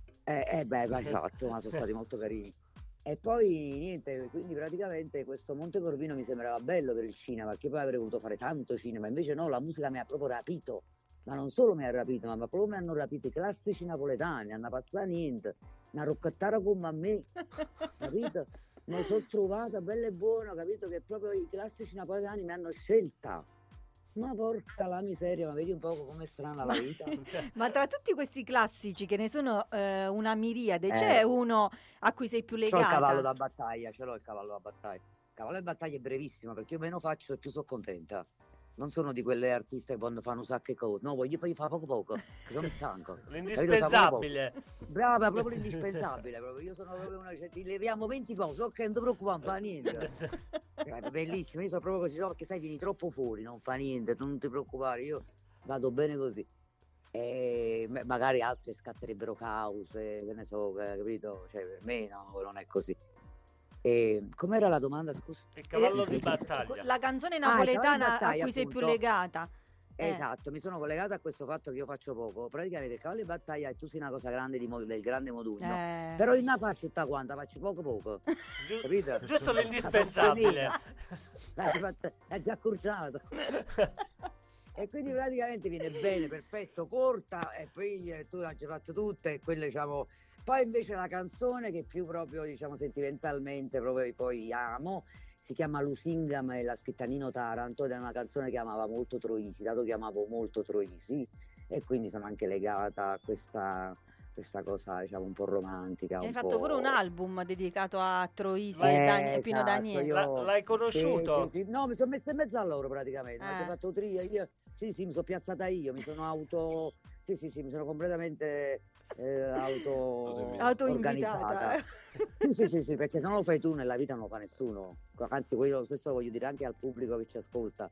Esatto, ma sono stati molto carini. E poi niente, quindi praticamente questo Montecorvino mi sembrava bello per il cinema, perché poi avrei voluto fare tanto cinema, invece no, la musica mi ha proprio rapito. Ma non solo mi ha rapito, ma proprio mi hanno rapito i classici napoletani, hanno passato niente, una roccattara come a me, capito? Mi sono trovata bella e buona, capito? Che proprio i classici napoletani mi hanno scelta. Ma porca la miseria, ma vedi un po' com'è strana la vita. Ma tra tutti questi classici, che ne sono una miriade, c'è uno a cui sei più C'ho il legata? cavallo da battaglia, ce l'ho il cavallo da battaglia. Il cavallo da battaglia è brevissimo, perché io meno faccio e più sono contenta. Non sono di quelle artiste che quando fanno un sacco di cose, no, voglio fare poco, che sono stanco. L'indispensabile. Brava, proprio l'indispensabile. Proprio. Io sono proprio una, cioè, ti leviamo 20 cose, ok, non ti preoccupare, non fa niente. È bellissimo, io sono proprio così, no, perché sai, vieni troppo fuori, non fa niente, non ti preoccupare, io vado bene così. E magari altre scatterebbero cause, che ne so, capito? Cioè, per me no, non è così. E com'era la domanda, scusa? Il cavallo di battaglia. La canzone il cavallo di napoletana battaglia, a cui sei più appunto. legata. Esatto, mi sono collegata a questo fatto che io faccio poco. Praticamente il cavallo di battaglia è tu sei una cosa grande del grande Modugno. Però in una faccio tutta quanta, faccio poco. Capito? Giusto l'indispensabile. È già accorciato. E quindi praticamente viene bene, perfetto, corta, e poi tu hai già fatto tutte, e quelle diciamo. Poi invece la canzone che più proprio diciamo sentimentalmente proprio poi amo si chiama Lusingam e l'ha scritta Nino Taranto ed è una canzone che amava molto Troisi, dato che amavo molto Troisi e quindi sono anche legata a questa cosa diciamo un po' romantica. Hai un fatto po'... pure un album dedicato a Troisi e Pino esatto, Daniele. L'hai conosciuto? Sì. No, mi sono messa in mezzo a loro praticamente, ho fatto trio, io sì, mi sono piazzata io, mi sono mi sono completamente auto-invitata. Sì, perché se non lo fai tu nella vita non lo fa nessuno. Anzi, questo lo voglio dire anche al pubblico che ci ascolta.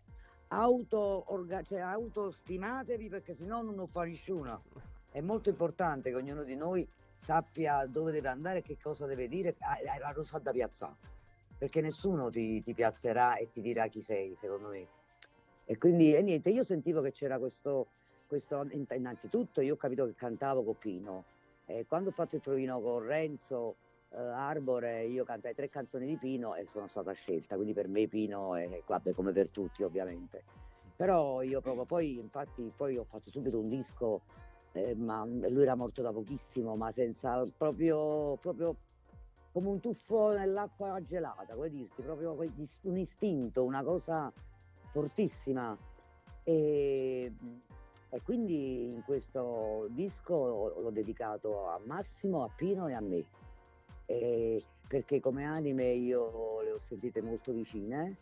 Autostimatevi perché sennò non lo fa nessuno. È molto importante che ognuno di noi sappia dove deve andare e che cosa deve dire a rosa da piazzare. Perché nessuno ti piazzerà e ti dirà chi sei, secondo me. E quindi niente, io sentivo che c'era questo innanzitutto io ho capito che cantavo con Pino e quando ho fatto il provino con Renzo Arbore io cantai 3 canzoni di Pino e sono stata scelta, quindi per me Pino è vabbè, come per tutti ovviamente, però io proprio poi infatti poi ho fatto subito un disco ma lui era morto da pochissimo, ma senza proprio come un tuffo nell'acqua gelata, come dirti, proprio un istinto, una cosa fortissima. E quindi in questo disco l'ho dedicato a Massimo, a Pino e a me, perché come anime io le ho sentite molto vicine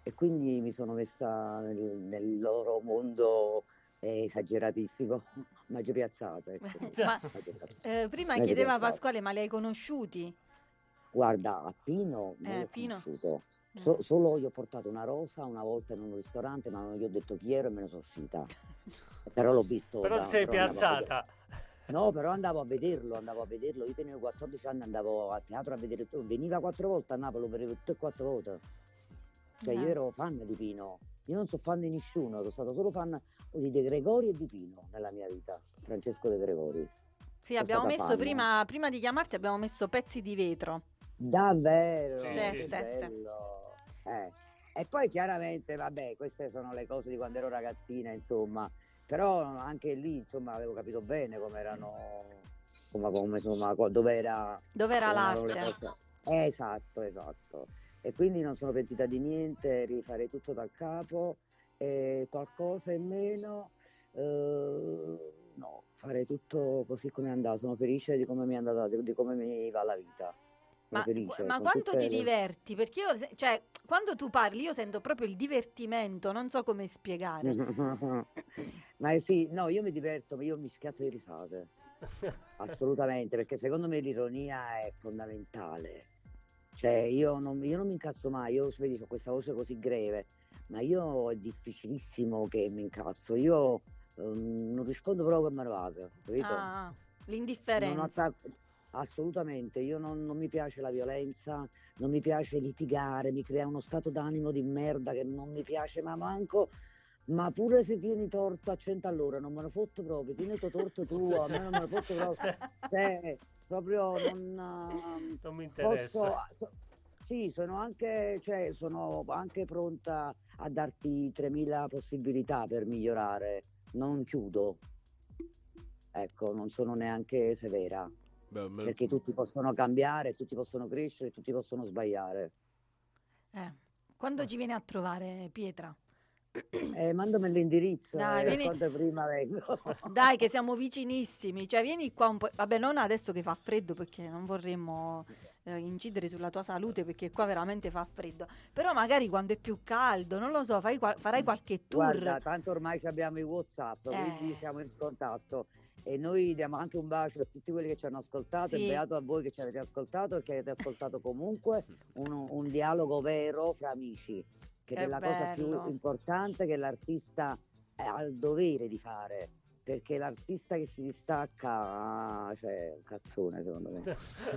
e quindi mi sono messa nel loro mondo esageratissimo, Maggio Piazzato, ecco. Ma prima Maggio chiedeva Piazzato. Pasquale, ma li hai conosciuti? Guarda, a Pino non l'ho Pino? conosciuto. No. Solo gli ho portato una rosa una volta in un ristorante, ma non gli ho detto chi ero e me ne sono uscita. Però l'ho visto. Però sei però andavo a piazzata. No, però andavo a vederlo. Io tenevo 14 anni, andavo al teatro a vedere. Veniva 4 volte a Napoli, lo vedevo tutte e 4 volte. Cioè io ero fan di Pino. Io non sono fan di nessuno, sono stato solo fan di De Gregori e di Pino nella mia vita. Francesco De Gregori. Sì, Sono abbiamo stata messo fan. prima di chiamarti abbiamo messo Pezzi di vetro. Davvero, Sì, che sì. bello. E poi chiaramente, vabbè, queste sono le cose di quando ero ragazzina, insomma, però anche lì, insomma, avevo capito bene come erano, insomma, dove era Dove era erano le l'arte? cose. Esatto. E quindi non sono pentita di niente, rifarei tutto da capo, qualcosa in meno, no, farei tutto così come è andato. Sono felice di come mi è andata, di come mi va la vita. Sono felice Ma con quanto tutte ti le- diverti? Perché io, cioè, quando tu parli io sento proprio il divertimento, non so come spiegare. Ma sì, no, io mi diverto, io mi schiatto di risate, assolutamente, perché secondo me l'ironia è fondamentale. Cioè, io non mi incazzo mai, io vedi, ho questa voce così greve, ma io è difficilissimo che mi incazzo. Io non rispondo proprio che me ne vado, capito? Ah, Non l'indifferenza. attacco, assolutamente, io non mi piace la violenza, non mi piace litigare, mi crea uno stato d'animo di merda che non mi piace, ma manco, ma pure se tieni torto a 100 all'ora, non me ne fotto proprio, tieni tuo torto tu, a me non me ne fotto proprio, cioè, proprio Non mi interessa. sì, sono anche pronta a darti 3000 possibilità per migliorare, non chiudo, ecco, non sono neanche severa. Beh, Perché tutti possono cambiare, tutti possono crescere, tutti possono sbagliare. Quando ci vieni a trovare, Pietra? Mandami l'indirizzo Dai, e vieni. quanto prima vengo. Dai, che siamo vicinissimi. Cioè, vieni qua un po'. Vabbè, non adesso che fa freddo, perché non vorremmo incidere sulla tua salute, perché qua veramente fa freddo. Però magari quando è più caldo, non lo so, farai qualche tour. Guarda, tanto ormai ci abbiamo i WhatsApp, quindi siamo in contatto. E noi diamo anche un bacio a tutti quelli che ci hanno ascoltato, Sì. e beato a voi che ci avete ascoltato e che avete ascoltato comunque un dialogo vero fra amici, che Che è la cosa più bello. importante che l'artista ha il dovere di fare, perché l'artista che si distacca, cioè, un cazzone secondo me.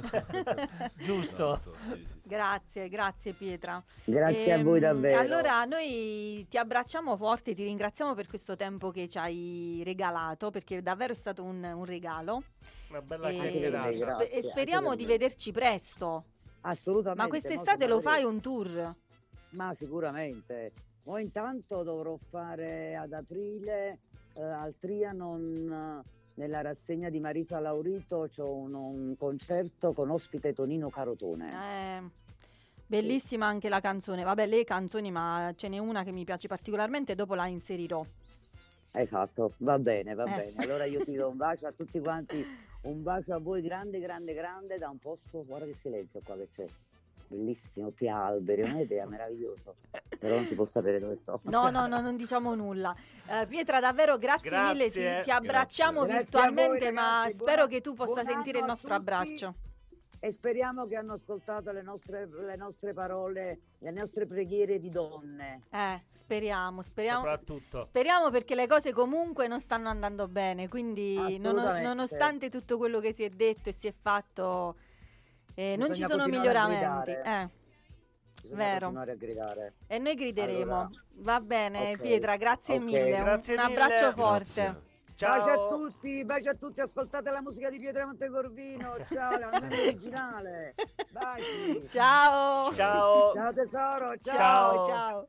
Giusto. Esatto, sì. Grazie Pietra. Grazie a voi davvero. Allora, noi ti abbracciamo forte, ti ringraziamo per questo tempo che ci hai regalato, perché davvero è stato un regalo. Una bella E, chiacchierata. grazie, e speriamo anche di per me. vederci presto. Assolutamente. Ma quest'estate lo molto fai volentieri. un tour? Ma sicuramente. Poi intanto dovrò fare ad aprile al Trianon, nella rassegna di Marisa Laurito, c'ho un concerto con ospite Tonino Carotone. Bellissima anche la canzone. Vabbè, le canzoni, ma ce n'è una che mi piace particolarmente, dopo la inserirò. Esatto, va bene. Allora io ti do un bacio a tutti quanti, un bacio a voi grande da un posto, guarda che silenzio qua che c'è. Bellissimo, tutti alberi, un'idea meraviglioso. Però non si può sapere dove sto. No, non diciamo nulla. Pietra, davvero grazie mille, Grazie. ti abbracciamo Grazie virtualmente, a voi, ma ragazzi, spero che tu possa buon sentire il anno a nostro tutti. abbraccio. E speriamo che hanno ascoltato le nostre parole, le nostre preghiere di donne. Speriamo. Soprattutto. Speriamo, perché le cose comunque non stanno andando bene, quindi Assolutamente. nonostante tutto quello che si è detto e si è fatto, non ci Bisogna sono continuare a miglioramenti. gridare. Bisogna Vero. continuare a gridare. E noi grideremo. Allora, Va bene, ok, Pietra, grazie ok. mille. Grazie un mille. abbraccio Grazie. forte. Ciao. Baci a tutti, ascoltate la musica di Pietra Montecorvino. Ciao, la musica originale. Baci. Ciao. Ciao. Ciao tesoro, Ciao. Ciao.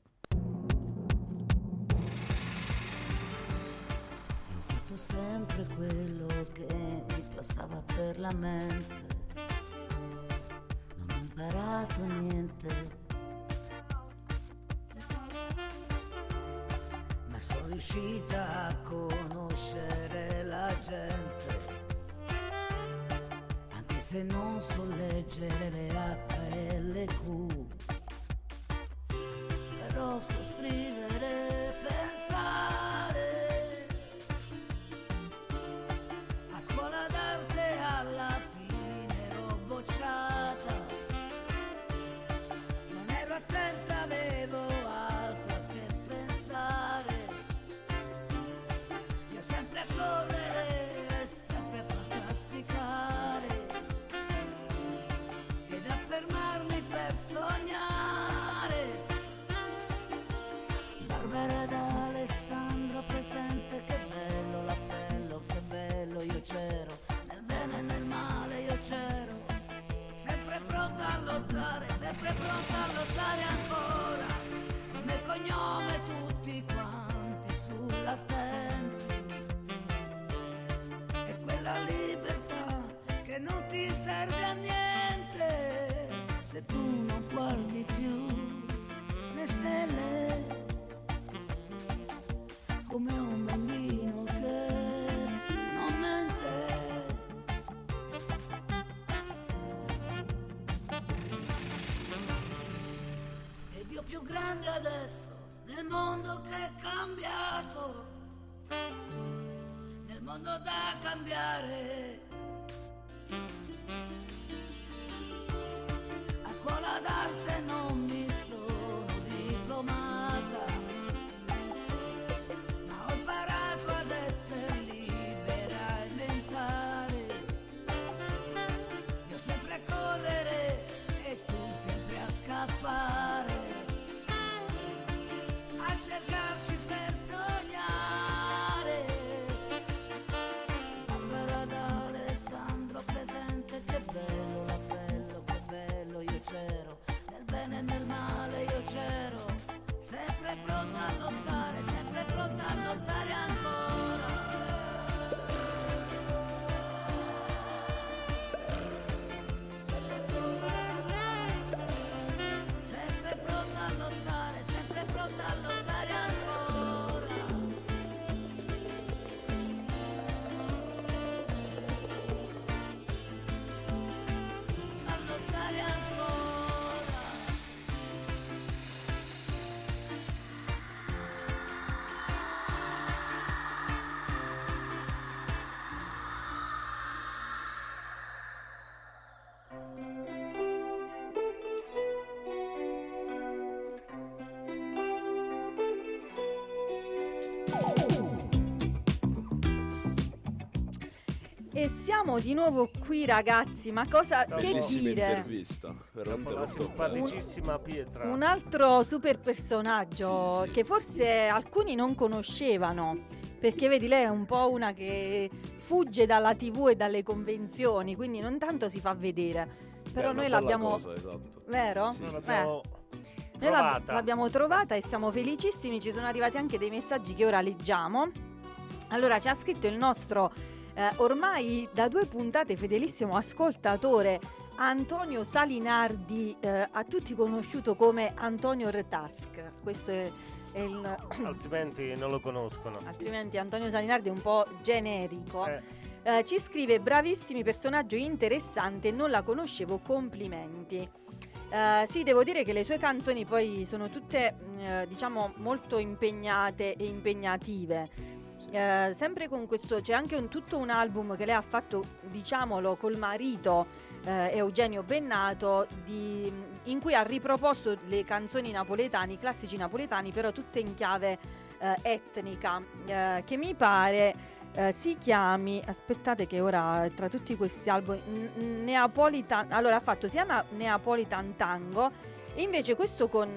Ho fatto sempre quello che mi passava per la mente. Non ho imparato niente, ma sono riuscita a conoscere la gente, anche se non so leggere le H e le Q. Però posso scrivere, pensare. A scuola d'arte alla fine ero bocciata, non ero attenta, avevo altro che pensare. Io sempre a correre e sempre a fantasticare ed a fermarmi per sognare. Barbara d'Alessandro presente, che bello l'appello, che bello io c'ero, nel bene e nel male io c'ero, sempre pronta a lottare, sempre pronta a lottare ancora, nome e cognome tutti quanti sull'attenti, e quella libertà che non ti serve a niente se tu non guardi più le stelle, come un bambino che non mente. Ed io più grande adesso, nel mondo che è cambiato, nel mondo da cambiare. A scuola d'arte non mi sono diplomata, ma ho imparato ad essere libera e inventare. Io sempre a correre e tu sempre a scappare, a cercarci per sognare. Barbara d'Alessandro presente, che bello l'appello, che bello io c'ero, nel bene e nel male io c'ero, sempre pronta a lottare, sempre pronta a lottare ancora. Sempre pronta a lottare, sempre pronta a lottare ancora. A lottare ancora. E siamo di nuovo qui, ragazzi, ma cosa che Bellissima dire? intervista, veramente Dopo la molto bella. simpaticissima Pietra. Un altro super personaggio Sì, sì. che forse alcuni non conoscevano, perché vedi, lei è un po' una che fugge dalla TV e dalle convenzioni, quindi non tanto si fa vedere. Però Beh, noi una bella l'abbiamo, cosa, esatto. vero? Sì. Non l'abbiamo Noi trovata. l'abbiamo trovata e siamo felicissimi. Ci sono arrivati anche dei messaggi che ora leggiamo. Allora, ci ha scritto il nostro ormai da 2 puntate fedelissimo ascoltatore Antonio Salinardi, a tutti conosciuto come Antonio Retask. Questo è il Altrimenti non lo conoscono. altrimenti Antonio Salinardi è un po' generico. Eh. Ci scrive: bravissimi, personaggio interessante, non la conoscevo, complimenti. Sì, devo dire che le sue canzoni poi sono tutte diciamo molto impegnate e impegnative. Sempre con questo c'è anche tutto un album che lei ha fatto, diciamolo, col marito Eugenio Bennato, in cui ha riproposto le canzoni napoletane, i classici napoletani, però tutte in chiave etnica, che mi pare si chiami, aspettate che ora tra tutti questi album, Neapolitan, allora ha fatto sia Neapolitan Tango, e invece questo con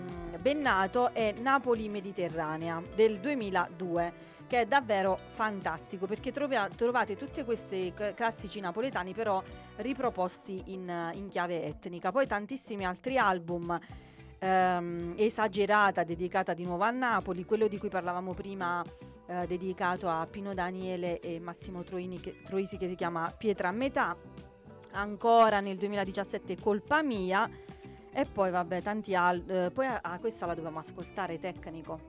Bennato è Napoli Mediterranea del 2002, che è davvero fantastico, perché trovate tutti questi classici napoletani però riproposti in chiave etnica. Poi tantissimi altri album, Esagerata, dedicata di nuovo a Napoli, quello di cui parlavamo prima, dedicato a Pino Daniele e Massimo Troisi, che si chiama Pietra a metà, ancora nel 2017 Colpa mia, e poi vabbè tanti altri. Poi questa la dovevamo ascoltare, Tecnico,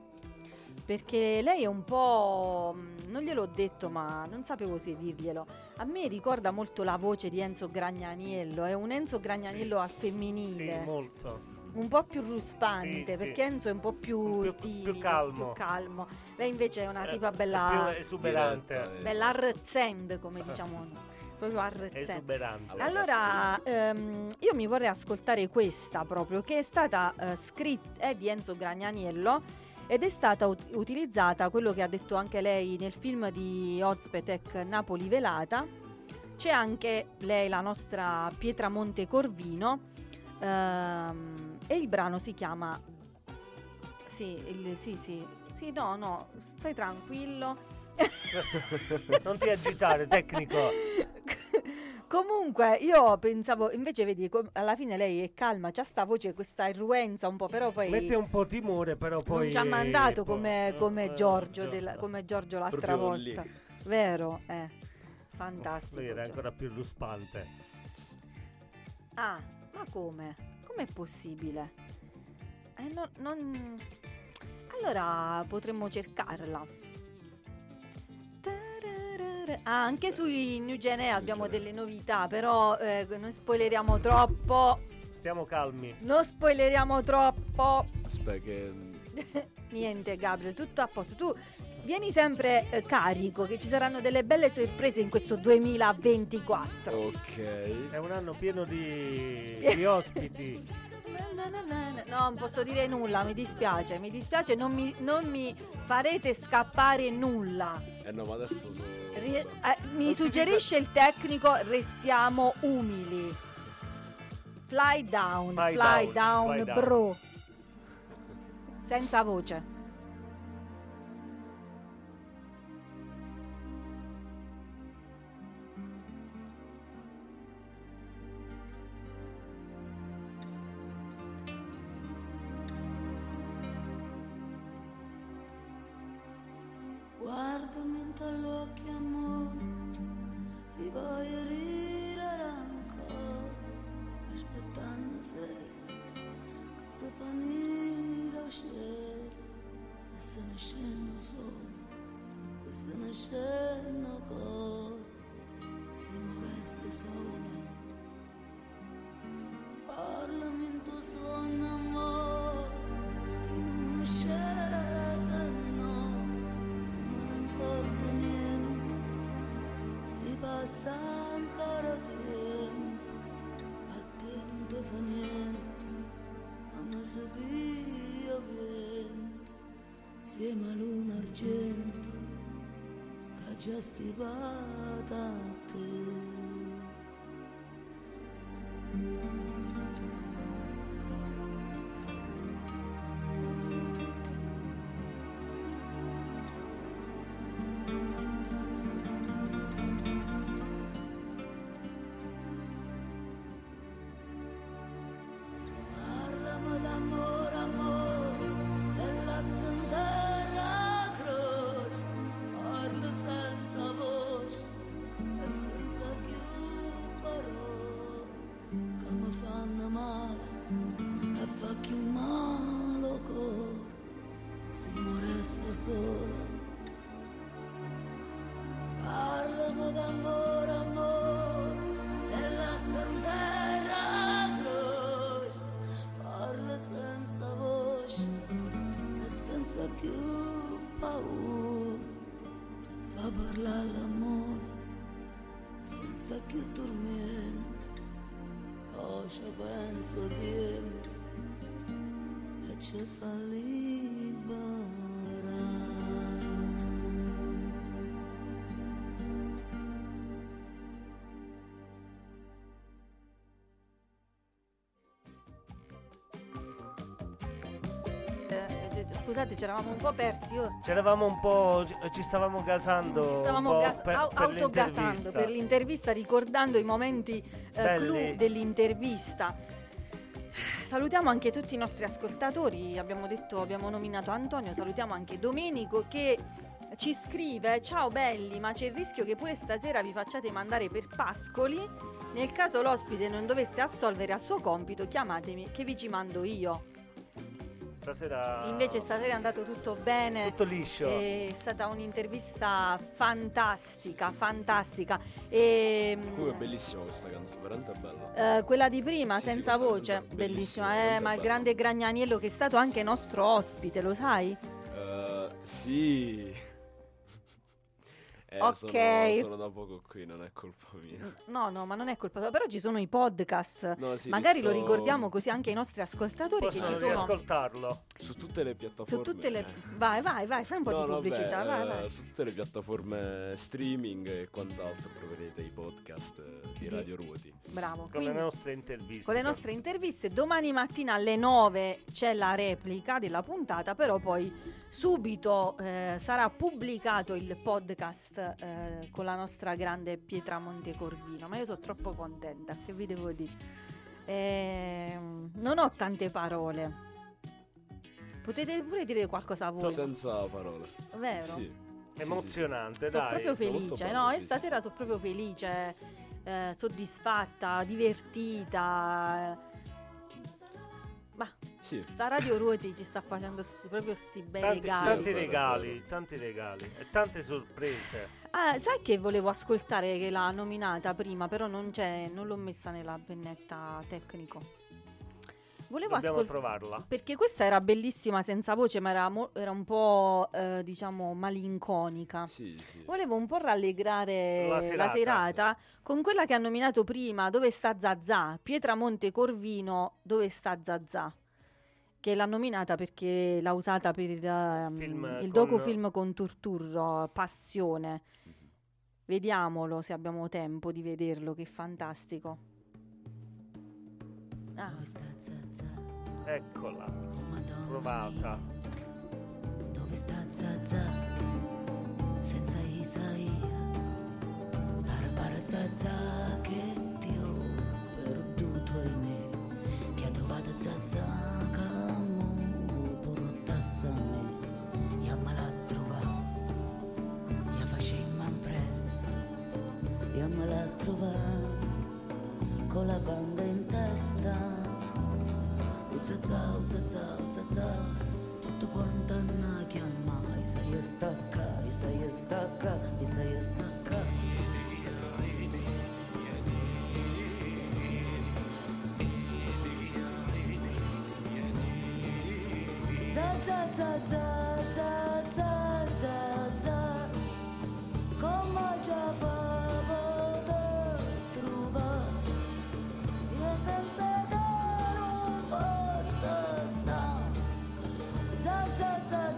perché lei è un po', non gliel'ho detto ma non sapevo se dirglielo, a me ricorda molto la voce di Enzo Gragnaniello, è un Enzo Gragnaniello al femminile. Sì, molto. un po' più ruspante, Sì, perché Enzo è un po' più timido, più calmo. più calmo. Lei invece è una tipa bella, più esuberante. bella arrezzend, come diciamo noi. Proprio arrezzend. Esuberante. Allora, io mi vorrei ascoltare questa proprio, che è stata scritta, è di Enzo Gragnaniello, ed è stata utilizzata, quello che ha detto anche lei nel film di Ozpetek, Napoli Velata. C'è anche lei, la nostra Pietramonte Corvino, e il brano si chiama no, stai tranquillo. Non ti agitare, tecnico. Comunque io pensavo, invece vedi, alla fine lei è calma, c'ha sta voce, questa irruenza un po', però poi mette un po' timore, però poi non ci ha mandato come Giorgio, come Giorgio l'altra Proprio volta, lì. vero? Fantastico. lui era Giorgio. ancora più ruspante. Ah, ma come? Com'è possibile? Allora potremmo cercarla. Ah, anche sui New Gene abbiamo delle novità, però non spoileriamo troppo. Stiamo calmi. Non spoileriamo troppo. Aspetta che... Niente, Gabriel, tutto a posto. Tu vieni sempre carico, che ci saranno delle belle sorprese in questo 2024. Ok. È un anno pieno di ospiti. No, non posso dire nulla, mi dispiace, non mi farete scappare nulla. No, ma adesso Mi Non si suggerisce il tecnico, restiamo umili. Fly down, Fly down. bro. Senza voce. Guardami in gli occhi, amore, ti voglio ridere ancora, aspettando sempre cosa finire a scendere, e se ne scendo solo, e se ne scendo ancora, se mi resti sola. Parlami in tuo sogno, amore, che non mi scende, no. Porta niente, si passa ancora tempo, a te non ti fa niente, a me sapia vento, insieme a luna argento, che già stipata a te. Parlami d'amore, amore, e lasciami terra croce, parlo senza voce e senza più parole, che mi fanno male e fa più male al cuore, se mi resto sola. Parlami d'amore, amore, e lasciami terra croce, parlo senza voce e senza più paura, fa parlare l'amore senza più tormento, oh ci penso tempo e ci fa liberare. Scusate, c'eravamo un po' persi. C'eravamo un po', ci stavamo gasando. Ci stavamo un po' per autogasando l'intervista. per l'intervista, ricordando i momenti Belli. clou dell'intervista. Salutiamo anche tutti i nostri ascoltatori. Abbiamo nominato Antonio, salutiamo anche Domenico che ci scrive: ciao belli, ma c'è il rischio che pure stasera vi facciate mandare per pascoli. Nel caso l'ospite non dovesse assolvere al suo compito, chiamatemi che vi ci mando io. stasera... Invece stasera è andato tutto bene. Tutto liscio. È stata un'intervista fantastica. E Comunque è bellissima questa canzone, veramente bella. quella di prima, Sì, senza sì, questa voce, canzone è bellissima, bellissima. veramente Ma il bella. grande Gragnaniello, che è stato anche nostro ospite, lo sai? Sì. Ok. Sono da poco qui, non è colpa mia. No, ma non è colpa tua, però ci sono i podcast. No, sì, Magari li lo sto- ricordiamo così anche ai nostri ascoltatori che Possono ci sono riascoltarlo. Su tutte le su piattaforme. tutte le... Vai, fai un po' No, di no, pubblicità, beh, vai. su tutte le piattaforme streaming e quant'altro troverete i podcast di Radio Ruoti. Bravo. Con Quindi, le nostre interviste. con le nostre interviste, domani mattina alle 9 c'è la replica della puntata, però poi subito sarà pubblicato il podcast con la nostra grande Pietra Montecorvino. Ma io sono troppo contenta, che vi devo dire? Non ho tante parole. Potete pure dire qualcosa a voi, Senza parole. vero? Sì. Emozionante, Sono dai. proprio molto felice, bello, no? sì, E sì. stasera sono proprio felice, soddisfatta, divertita. Ma Sì. sta Radio Ruoti ci sta facendo proprio sti bei regali. Tanti Sì, è regali, tanti regali e tante sorprese. Ah, sai che volevo ascoltare, che l'ha nominata prima, però non l'ho messa nella pennetta tecnico. Volevo Dobbiamo ascoltare trovarla. perché questa era bellissima senza voce, ma era un po' diciamo malinconica. Sì, sì. Volevo un po' rallegrare La la serata. serata con quella che ha nominato prima, Dove sta Zazà? Pietra Montecorvino, Dove sta Zazà? Che l'ha nominata perché l'ha usata per il con- docufilm con Turturro, Passione. Vediamolo se abbiamo tempo di vederlo, che è fantastico. Ah, Dove sta Zazà? Eccola, Oh Madonna provata. mia. Dove sta Zazà? Senza Isaia. Para Zazà che ti ho perduto in me. Che ha trovato Zazà che mo portasse a me. E me l'ha trovato. E facemmo impressa. E me l'ha trovato. Con la banda in testa. Zazà, tutto quanto anna chiama, sai stacca, sai stacca, sai stacca. Zazà, come già fa poter trovare, io senza te non posso stare. Zazà.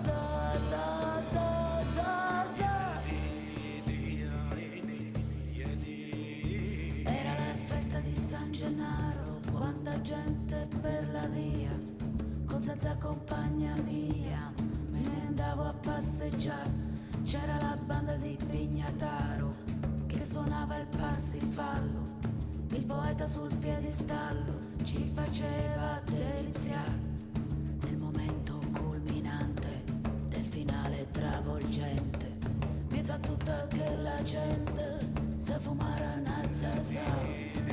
Era la festa di San Gennaro, quanta gente per la via, con Zazà compagna mia, me ne andavo a passeggiare, c'era la banda di Pignataro, che suonava il passifallo, il poeta sul piedistallo, ci faceva deliziare, nel momento culminante del finale travolgente, mezzo a tutta che la gente sa fumare una Zazà.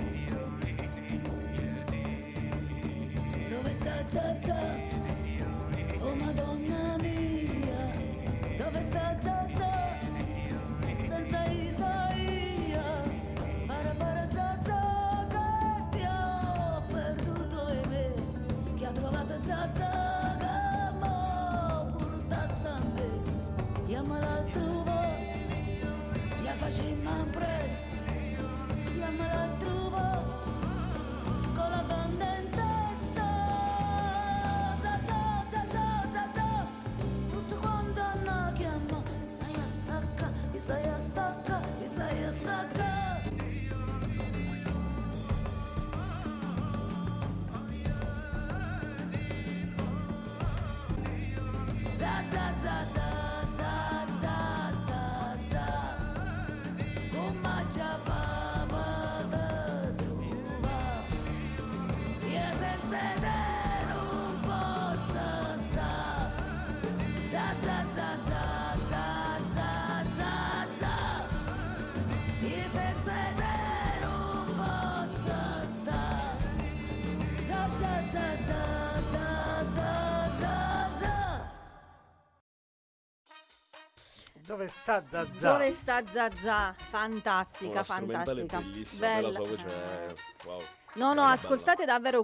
Dove sta Zazà? Oh Madonna mia, dove sta Zazà? Senza Isaia, para Zazà che ti ho perduto e me, che ha trovato Zazà che mo portasse a me, io me la trovo, io facemmo impressa, io me la trovo, con la banda in testa. Zazà, tutto quanto hanno chiamato, sai a stacca, sai a stacca, sai Dove sta Zazà? Dove sta Zazà? Fantastica, La strumentale è fantastica. bellissima, Bella. la sua voce è wow. No, Bella, ascoltate davvero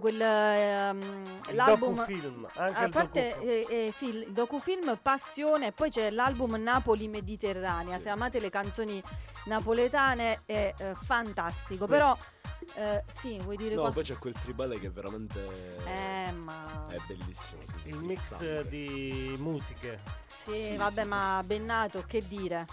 Il l'album. docufilm, anche A il parte docufilm. sì, il docufilm Passione, e poi c'è l'album Napoli Mediterranea. Sì. Se amate le canzoni napoletane è fantastico. Però sì, vuoi dire No, poi c'è quel tribale che veramente ma è bellissimo. Sì, Il mix frizzante. di musiche. sì, Sì, vabbè, sì, ma Bennato, che dire?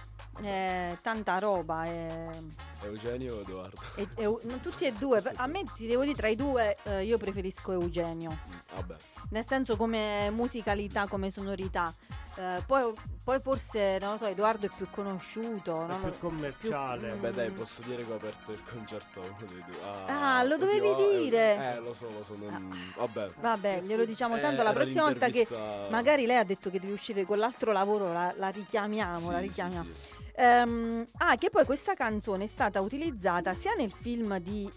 Tanta roba. Eugenio o Edoardo? Non tutti e due. A me ti devo dire, tra i due io preferisco Eugenio. Vabbè. Nel senso, come musicalità, come sonorità. Poi forse, non lo so, Edoardo è più conosciuto. È non più lo- commerciale. più- Beh dai, posso dire che ho aperto il concerto a uno dei due. Lo dovevi dire. Lo so, vabbè. Vabbè, glielo diciamo tanto la Era prossima volta che l'intervista- magari lei ha detto che deve uscire con l'altro lavoro, la richiamiamo, Sì, la sì, richiamiamo. sì. Che poi questa canzone è stata utilizzata sia nel film di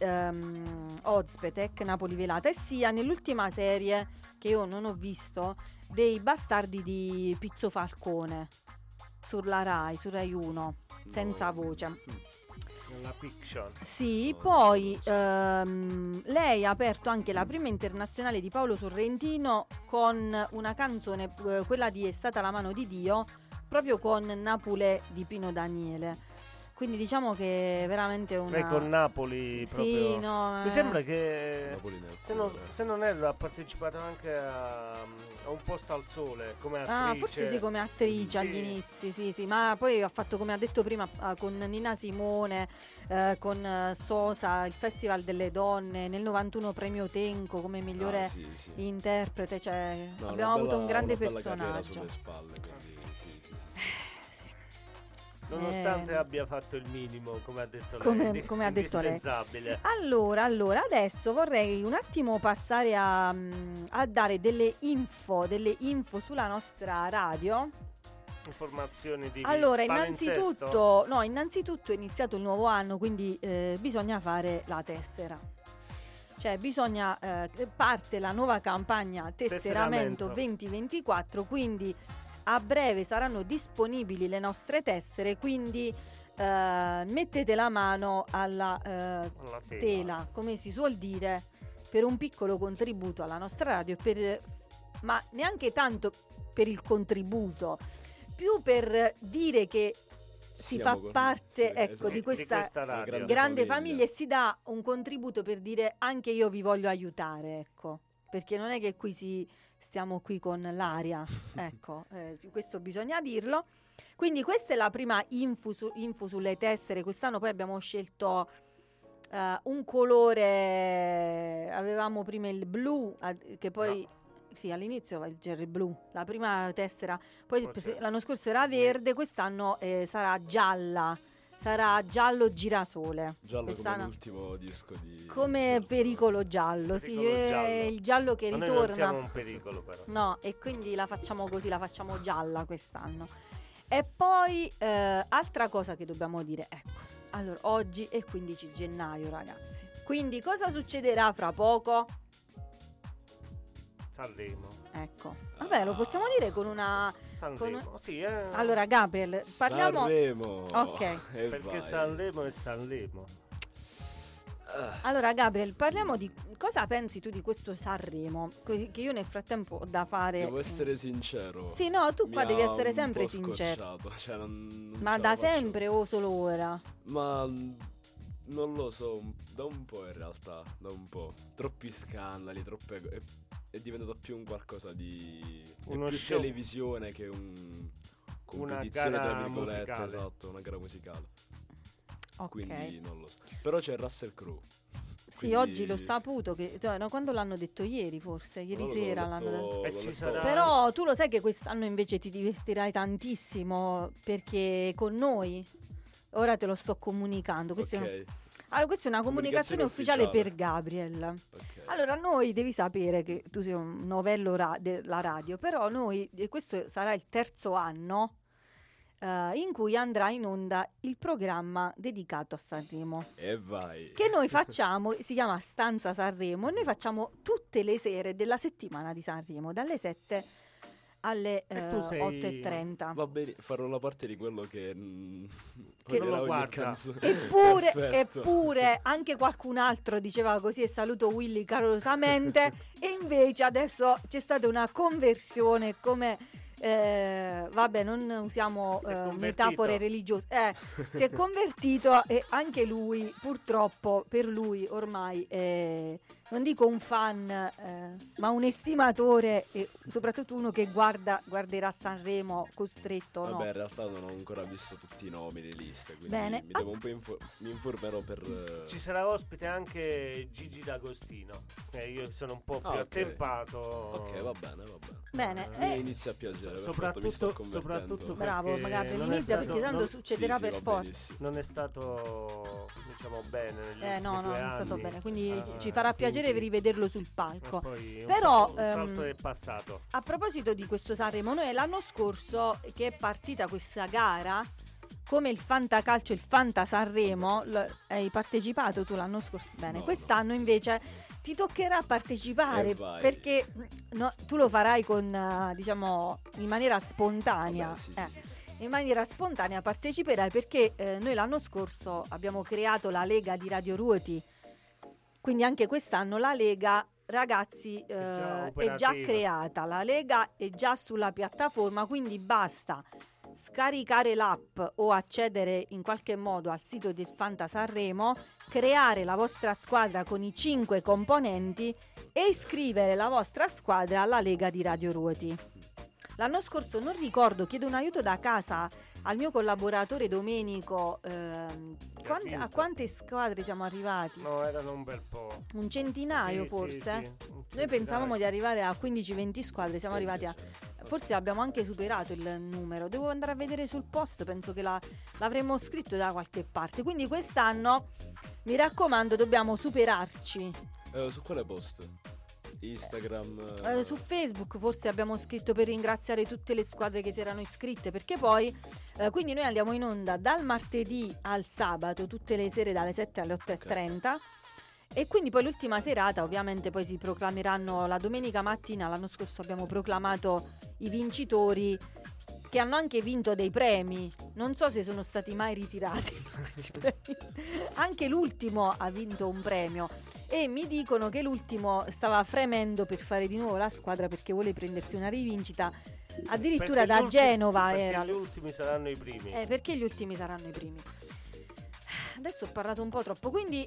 Ozpetek, Napoli Velata, sia nell'ultima serie che io non ho visto, dei bastardi di Pizzo Falcone, sulla Rai, su Rai 1, senza No. voce. Nella fiction. Sì, No, poi non lo lei ha aperto anche la prima internazionale di Paolo Sorrentino con una canzone, quella di È stata la mano di Dio, proprio con Napoli di Pino Daniele. Quindi diciamo che è veramente una... Lei con Napoli proprio. Sì, no, Mi sembra che Napolinese, se non erro ha partecipato anche a Un posto al sole come attrice. forse sì, come attrice Sì. agli inizi, sì, ma poi ha fatto, come ha detto prima, con Nina Simone, con Sosa, il Festival delle Donne, nel 91 premio Tenco come migliore sì. interprete, cioè No, abbiamo avuto un grande una bella carriera personaggio. sulle spalle, quindi sì. Sì. Nonostante abbia fatto il minimo, come ha detto Come- lei. come ha detto lei. indispensabile. Allora, adesso vorrei un attimo passare a dare delle info sulla nostra radio. Informazioni di Allora, palinsesto. innanzitutto è iniziato il nuovo anno, quindi bisogna fare la tessera. Cioè bisogna parte la nuova campagna Tesseramento Tesseramento. 2024, quindi a breve saranno disponibili le nostre tessere, quindi mettete la mano alla Alla tela, come si suol dire, per un piccolo contributo alla nostra radio, ma neanche tanto per il contributo, più per dire che si Siamo fa con- parte, sì, ecco, esatto. di questa radio. grande famiglia, e si dà un contributo per dire anche io vi voglio aiutare, ecco, perché non è che qui stiamo qui con l'aria, ecco, questo bisogna dirlo. Quindi questa è la prima info sulle tessere. Quest'anno poi abbiamo scelto un colore, avevamo prima il blu, che poi sì, all'inizio c'era il blu, la prima tessera, poi Forse- l'anno scorso era verde, quest'anno sarà gialla, sarà giallo girasole. Giallo come Quest'anno- l'ultimo disco di... come Certo. pericolo giallo, sì, Pericolo è giallo. il giallo che Ma noi non ritorna. siamo un pericolo però. No, e quindi la facciamo così, la facciamo gialla quest'anno. E poi altra cosa che dobbiamo dire, ecco, allora oggi è il 15 gennaio, ragazzi. Quindi cosa succederà fra poco? Sanremo. Ecco, vabbè, lo possiamo dire con una... Sanremo. Sì, Allora Gabriel, parliamo... Sanremo. Ok. E perché vai. Sanremo è Sanremo. Allora Gabriel, parliamo di cosa pensi tu di questo Sanremo, che io nel frattempo ho da fare... Devo essere sincero. Sì, no, tu qua mi devi ha essere un sempre po' sincero. scocciato, cioè non Ma ce da la faccio. sempre o solo ora? Ma non lo so, da un po' in realtà, da un po'. Troppi scandali, è diventato più un qualcosa di... è Uno più show. televisione che un... Una competizione, gara tra virgolette, musicale. esatto, una gara musicale. Ok. Quindi non lo so. Però c'è Russell Crowe. Sì, Quindi- oggi l'ho saputo che cioè, no, quando l'hanno detto ieri, forse ieri Non lo so, sera l'ho l'hanno letto- detto. E l'ho ci letto- sarà- Però tu lo sai che quest'anno invece ti divertirai tantissimo perché con noi ora te lo sto comunicando. Questa Ok, allora, questa è una comunicazione ufficiale ufficiale. per Gabriel. ok. Allora, noi devi sapere che tu sei un novello della radio, però noi, e questo sarà il terzo anno in cui andrà in onda il programma dedicato a Sanremo. E vai. Che noi facciamo, si chiama Stanza Sanremo, e noi facciamo tutte le sere della settimana di Sanremo, dalle 7 alle tu sei- 8:30. Va bene, farò la parte di quello che Che non lo ogni guarda. canzone. Eppure, Perfetto. anche qualcun altro diceva così, e saluto Willy calorosamente, e invece adesso c'è stata una conversione come... vabbè, non usiamo Si è convertito. metafore religiose. Si è convertito e anche lui, purtroppo, per lui ormai non dico un fan, ma un estimatore e soprattutto uno che guarderà Sanremo costretto. Vabbè, No? in realtà non ho ancora visto tutti i nomi, le liste, quindi Bene. mi devo un po' mi informerò per... Ci sarà ospite anche Gigi D'Agostino. Io sono un po' più ok. attempato. Ok, va bene, va bene. Bene, Mi inizia a piacere, perfetto, mi sto convertendo. soprattutto bravo, perché magari non è all'inizio stato- perché tanto non- succederà Sì, per va forza. benissimo. non è stato, diciamo, bene negli ultimi No, 2 non è stato anni. bene, quindi Ah, ci farà piacere quindi- rivederlo sul e palco. poi un Però, po' un salto è passato. A proposito di questo Sanremo, noi l'anno scorso che è partita questa gara, come il Fantacalcio e il Fanta Sanremo, hai partecipato tu l'anno scorso? Bene, No, quest'anno invece ti toccherà partecipare vai. perché tu lo farai con, diciamo, in maniera spontanea. Vabbè, sì, sì. In maniera spontanea parteciperai perché noi l'anno scorso abbiamo creato la Lega di Radio Ruoti, quindi anche quest'anno la Lega, ragazzi, già è già operativa. creata, la Lega è già sulla piattaforma, quindi basta scaricare l'app o accedere in qualche modo al sito del Fanta Sanremo, creare la vostra squadra con i 5 componenti e iscrivere la vostra squadra alla Lega di Radio Ruoti. L'anno scorso, non ricordo, chiedo un aiuto da casa al mio collaboratore Domenico, a quante squadre siamo arrivati? No, erano un bel po'. Un centinaio Sì, forse? sì, sì, un Noi centinaio. pensavamo di arrivare a 15-20 squadre, siamo arrivati a... Forse abbiamo anche superato il numero. Devo andare a vedere sul post, penso che l'avremmo scritto da qualche parte. Quindi quest'anno, mi raccomando, dobbiamo superarci. Su quale post? Instagram? Su Facebook forse abbiamo scritto per ringraziare tutte le squadre che si erano iscritte, perché poi quindi noi andiamo in onda dal martedì al sabato tutte le sere dalle 7 alle 8:30 e quindi poi l'ultima serata ovviamente poi si proclameranno la domenica mattina. L'anno scorso abbiamo proclamato i vincitori che hanno anche vinto dei premi, non so se sono stati mai ritirati questi premi. Anche l'ultimo ha vinto un premio e mi dicono che l'ultimo stava fremendo per fare di nuovo la squadra perché vuole prendersi una rivincita addirittura Perché da gli ultimi- Genova perché era. gli ultimi saranno i primi. Perché gli ultimi saranno i primi. Adesso ho parlato un po' troppo, quindi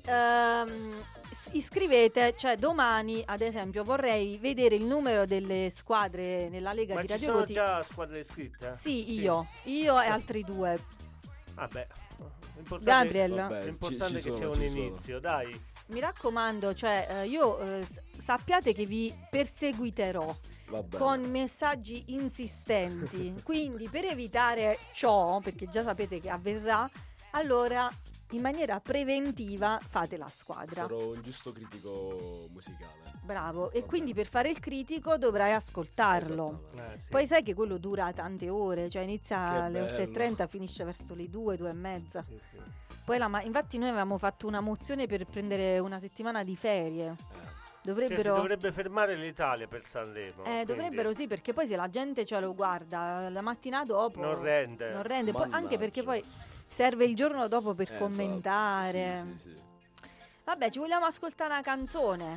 iscrivete, cioè domani ad esempio vorrei vedere il numero delle squadre nella Lega Ma di ci Radio sono Ruoti. già squadre iscritte? Sì, io e altri due. Vabbè. L'importante- Gabriel. Vabbè, L'importante è ci che c'è sono, un ci sono. inizio, dai. Mi raccomando, cioè sappiate che vi perseguiterò Va bene. con messaggi insistenti. Quindi per evitare ciò, perché già sapete che avverrà, allora in maniera preventiva fate la squadra. Sarò un giusto critico musicale. Bravo, e Va quindi bene. per fare il critico dovrai ascoltarlo. Esattamente. Sì. Poi sai che quello dura tante ore, cioè inizia Che alle bello. 8:30, finisce verso le 2, 2:30. Sì, sì. Poi infatti noi avevamo fatto una mozione per prendere una settimana di ferie. Cioè, si Dovrebbero... dovrebbe fermare l'Italia per Sanremo. quindi dovrebbero sì, perché poi se la gente ce lo guarda la mattina dopo Non rende. non rende. Poi, anche Mannaggia. perché poi serve il giorno dopo per Esatto. commentare. Sì, sì, sì. Vabbè, ci vogliamo ascoltare una canzone.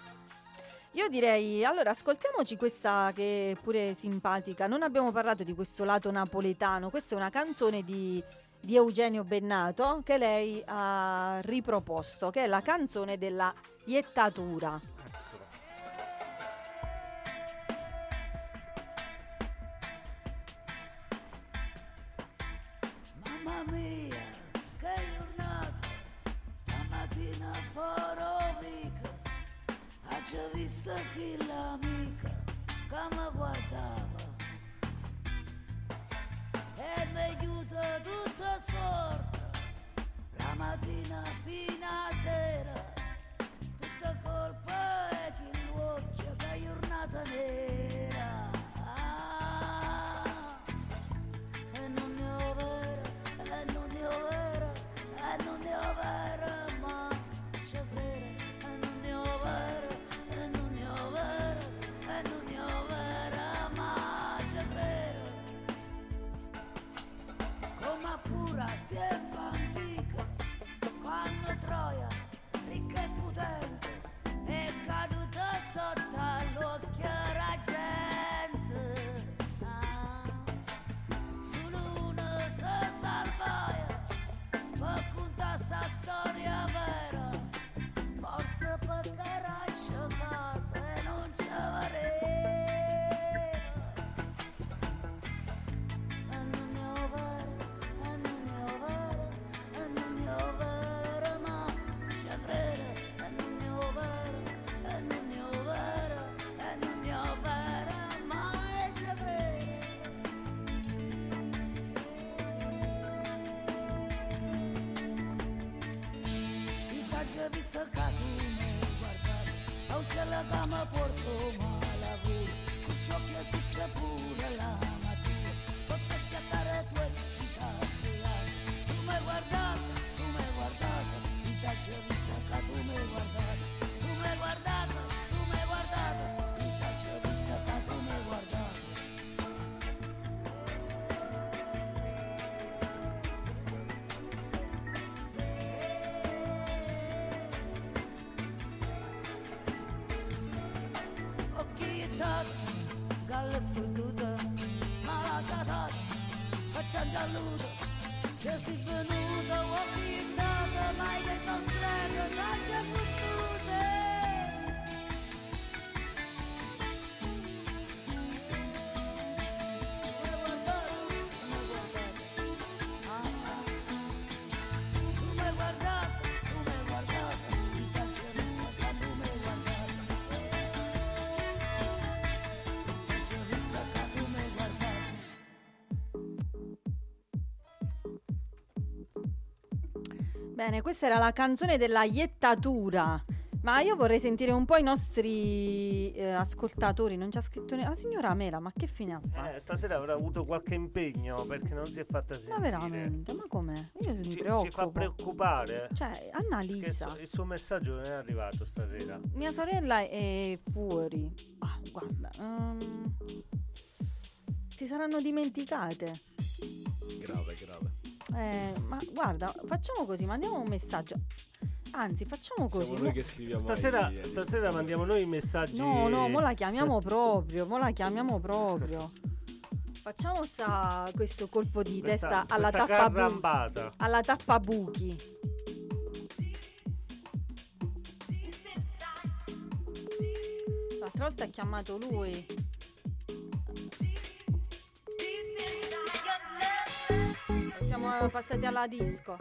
Io direi, allora ascoltiamoci questa che è pure simpatica. Non abbiamo parlato di questo lato napoletano. Questa è una canzone di Eugenio Bennato che lei ha riproposto, che è la canzone della iettatura. Mamma mia, che giornata, stamattina farò mica, ha già visto chi l'amica che mi guardava e mi aiuta tutta storta, la mattina fino a sera, tutta colpa è chi l'occhio, che giornata nera. E non ne ho vera, e non ne ho vera, e non ne ho vera, ma c'è vera, e non ne ho vera, e non ne ho vera, e non ne ho vera, ma già visto che tu mi guardato, al cielo che mi porto malaguro, questo occhio si pure la natura, posso scattare tue chitarre, tu mi hai guardato, mi t'ha già visto che tu mi hai guardato, mi t'ha già visto che tu mi hai guardato. Galle sfruttute, ma lasciata, facciamo gialluto, ci si venuto, occhi date, mai che sono streghe, taglie fottute. Tu mi hai guardato, mi t'ha visto che tu mi hai guardato. Bene, questa era la canzone della iettatura. Ma io vorrei sentire un po' i nostri ascoltatori. Non c'ha scritto la signora Mela, ma che fine ha fatto? Stasera avrà avuto qualche impegno perché non si è fatta sentire. Ma veramente, ma com'è? Io mi Ci preoccupo. fa preoccupare. Cioè, Annalisa, Il suo messaggio non è arrivato stasera. mia sorella è fuori. Ah, guarda, si saranno dimenticate. Grave. Ma guarda, facciamo così, mandiamo un messaggio. Anzi, facciamo così. Siamo noi che scriviamo. Stasera mandiamo noi i messaggi. No, mo la chiamiamo proprio. Facciamo questo colpo di testa alla tappabuchi. L'altra volta ha chiamato lui. Siamo passati alla disco.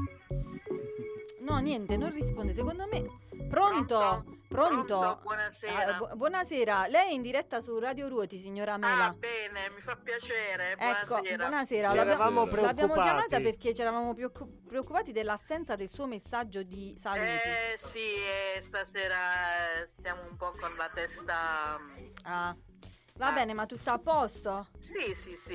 No, niente, non risponde. Secondo me. Pronto? Buonasera. Buonasera. Lei è in diretta su Radio Ruoti, signora Mela. Ah, bene, mi fa piacere. Ecco, buonasera. Ci eravamo preoccupati. L'abbiamo chiamata perché ci eravamo preoccupati dell'assenza del suo messaggio di saluti. Sì, stasera stiamo un po' con la testa. Va bene, ma tutto a posto? Sì.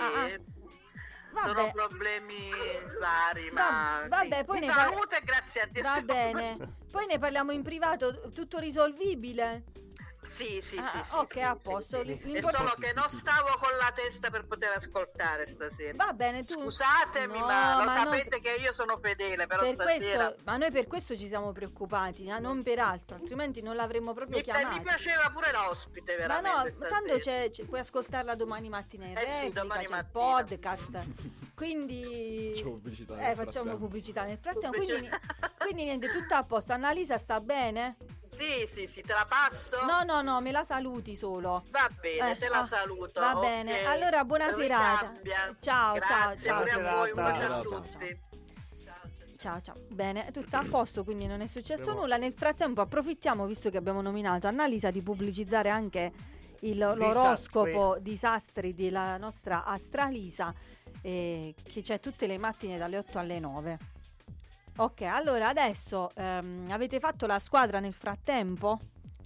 Vabbè. Sono problemi vari, ma vabbè, sì. poi Mi ne salute e grazie a Dio. Va bene. Poi ne parliamo in privato, tutto risolvibile? Sì. Ok, a posto. È solo che non stavo con la testa per poter ascoltare stasera. Va bene, tu. Scusatemi, No, ma lo ma sapete che io sono fedele, però per stasera. questo, ma noi per questo ci siamo preoccupati, non per altro, altrimenti non l'avremmo proprio chiamata. Mi piaceva pure l'ospite, veramente. Ma no, stasera. tanto puoi ascoltarla domani mattina in replica, sì, domani c'è il mattina. podcast. Quindi Facciamo pubblicità nel frattempo. Quindi niente, tutto a posto. Annalisa sta bene? Sì, te la passo? No, me la saluti solo. Va bene, te la saluto. Va bene, allora buona serata. Ciao. Grazie pure a voi, un bacio a Ciao. tutti. Ciao. Bene, tutto a posto, quindi non è successo nulla. Nel frattempo approfittiamo, visto che abbiamo nominato Annalisa, di pubblicizzare anche l'oroscopo disastri della nostra Astralisa, che c'è tutte le mattine dalle 8 alle 9. Ok, allora adesso avete fatto la squadra nel frattempo?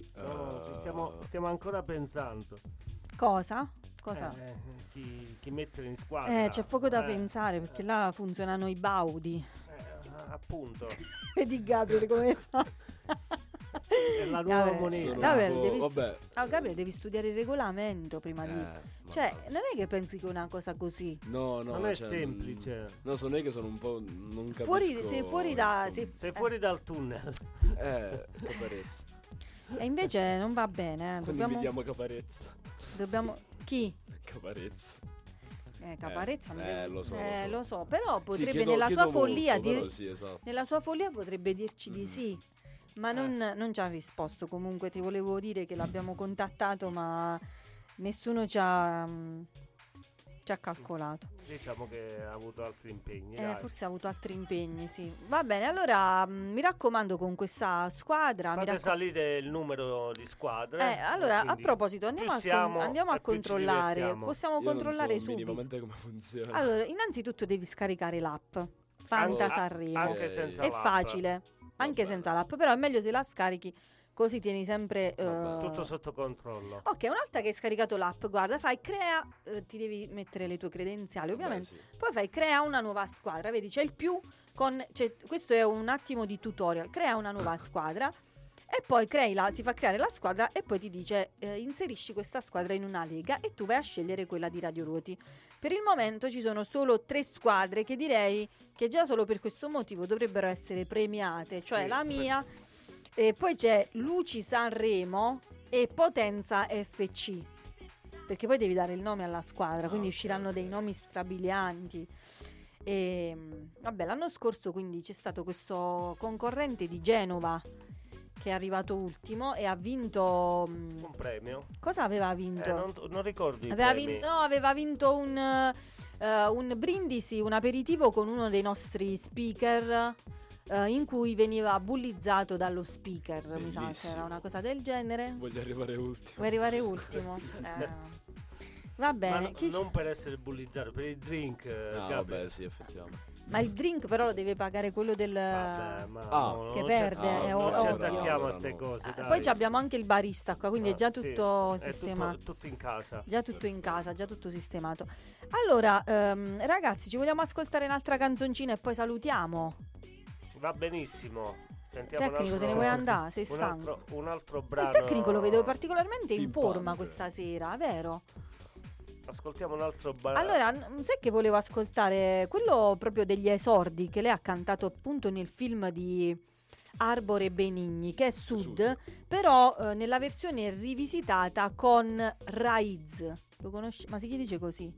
No, stiamo ancora pensando. Cosa? Chi mettere in squadra. C'è poco da pensare perché là funzionano i baudi. Appunto. Vedi Gabriele come fa? È la nuova moneta. Gabriele, devi studiare il regolamento prima di. Cioè, non è che pensi che è una cosa così. No, non è semplice. No, sono io che sono un po'. Non capisco. Sei fuori dal tunnel. Caparezza. E invece non va bene. Vediamo Caparezza. Chi? Caparezza. Caparezza lo so. Però potrebbe nella sua follia potrebbe dirci di sì. Ma non ci ha risposto. Comunque ti volevo dire che l'abbiamo contattato, ma nessuno ci ha calcolato. Diciamo che ha avuto altri impegni. Forse ha avuto altri impegni, sì. Va bene, allora mi raccomando con questa squadra. Fate salire il numero di squadre. Allora, a proposito, andiamo a controllare. Possiamo controllare subito. Minimamente come funziona. Allora, innanzitutto devi scaricare l'app Fanta Sanremo. Anche senza È l'app. facile. anche senza l'app, però è meglio se la scarichi, così tieni sempre tutto sotto controllo. Ok, una volta che hai scaricato l'app, guarda, fai crea, ti devi mettere le tue credenziali ovviamente, sì. poi fai crea una nuova squadra, vedi c'è il più questo è un attimo di tutorial, crea una nuova squadra e poi ti fa creare la squadra e poi ti dice inserisci questa squadra in una lega e tu vai a scegliere quella di Radio Ruoti. Per il momento ci sono solo 3 squadre che direi che già solo per questo motivo dovrebbero essere premiate, cioè la mia, e poi c'è Luci Sanremo e Potenza FC, perché poi devi dare il nome alla squadra, quindi usciranno dei nomi strabilianti. E vabbè, l'anno scorso quindi c'è stato questo concorrente di Genova che è arrivato ultimo e ha vinto un premio. Cosa aveva vinto? Non ricordo i premi. Aveva vinto un brindisi, un aperitivo con uno dei nostri speaker, in cui veniva bullizzato dallo speaker. Bellissimo. Mi sa che era una cosa del genere. Voglio arrivare ultimo. Vuoi arrivare ultimo? Va bene. Ma non per essere bullizzato, per il drink. Vabbè, sì, effettivamente. Ma il drink però lo deve pagare quello che perde. Non ci attacchiamo a queste cose. Poi abbiamo anche il barista qua, quindi è già tutto sistemato. Tutto in casa. Già tutto in casa, già tutto sistemato. Allora, ragazzi, ci vogliamo ascoltare un'altra canzoncina e poi salutiamo? Va benissimo. Sentiamo Tecnico, te ne vuoi andare? Sei stanco? Un altro brano. Il tecnico lo vedo particolarmente in forma questa sera, vero? Ascoltiamo un altro brano. Allora, sai che volevo ascoltare? Quello proprio degli esordi che lei ha cantato appunto nel film di Arbore Benigni, che è Sud. Però nella versione rivisitata con Raiz. Lo conosci? Ma si dice così?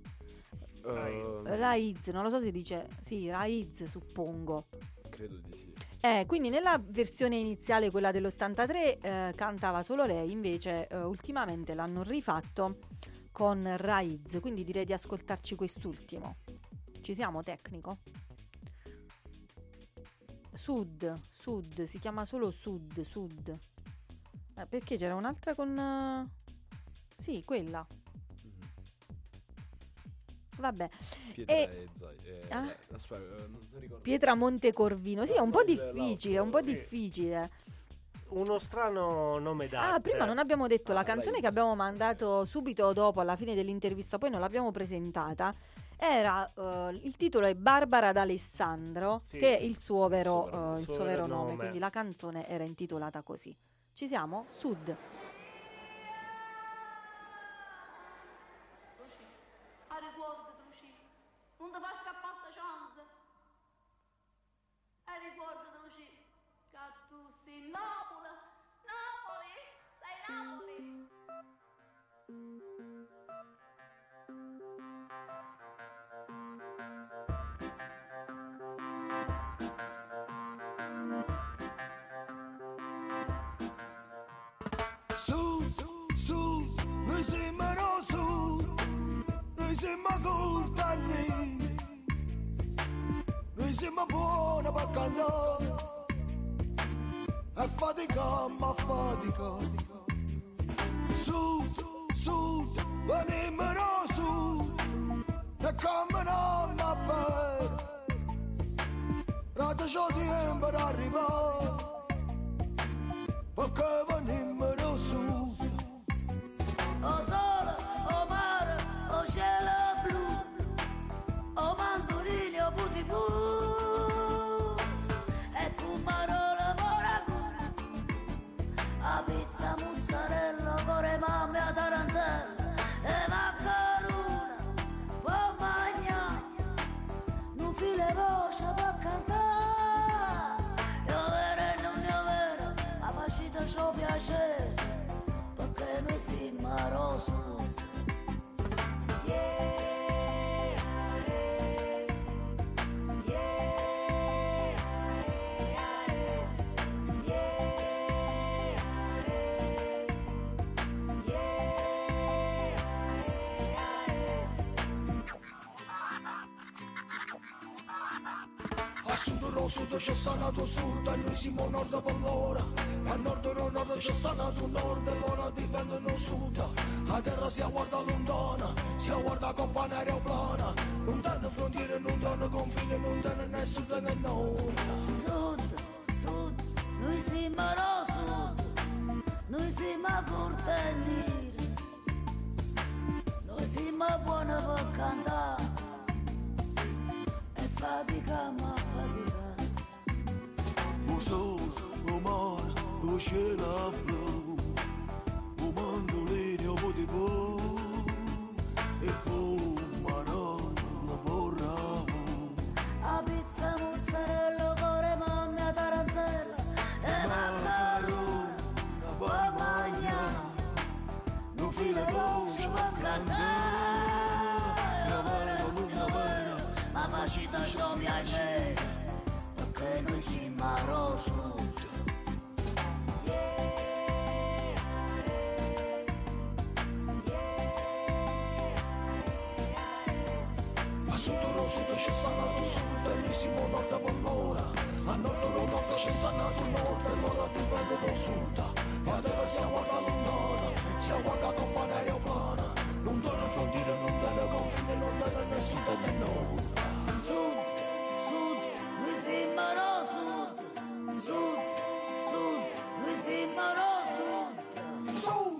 Raiz, non lo so se dice. Sì, Raiz, suppongo. Credo di sì. Quindi nella versione iniziale, quella dell'83, cantava solo lei, invece ultimamente l'hanno rifatto con Raiz, quindi direi di ascoltarci quest'ultimo. Ci siamo, tecnico? Sud, si chiama solo Sud. Perché c'era un'altra con... Sì, quella. Vabbè. Non ricordo. Pietra Montecorvino. Sì, è un po' difficile, Uno strano nome d'arte. Prima non abbiamo detto la canzone che abbiamo mandato subito dopo, alla fine dell'intervista, poi non l'abbiamo presentata. Il titolo è Barbara d'Alessandro, che è il suo vero nome, quindi la canzone era intitolata così. Ci siamo? Sud. Su, noi siamo su, noi siamo coltanni, noi siamo buoni per cantare, e faticamo a faticare. Su, veniamo su, e camminiamo a per, rata c'ho tempo per arrivare, perché veniamo su. O sole, o mare, o cielo blu, o mandolini, o putipu, e tu parola vorrà, a pizza mozzarella, vorrei mamma a tarantella, e maccherona, può mangiare, non file voce per cantare, io vero e non io vero, a facita c'ho piacere. Noi siamo rosu. A sud c'è sanato sud e noi siamo nord per l'ora, a nord c'è sanato nord e l'ora dipendono sud. A terra si guarda lontana, si guarda con pane aeroplana, non danno frontiere, non danno confine, non danno né sud né nord. Sud, noi siamo rosso, noi siamo fortelli, noi siamo buoni per cantare e fatica ma fatica. O sole, o mare, o cielo blu, o mandolino, o di bu, e poi marone, la borra. A pizza, mozzarella, cuore, mamma, tarantella e macaroni, a mangiare, Non fila dolce, ma cantare, la vera, ma facita ciò piacere, perché noi siamo rossi. a sud c'è sanato sud, e noi siamo nord per l'ora, a nord c'è sanato nord, e l'ora dipende da sud, la terra si guarda lontana, si guarda con un aeroplano, non dona frontiere, non dona confine, non dona nessuno né noi. Sud, noi siamo rossi. Sud, noi siamo rossi.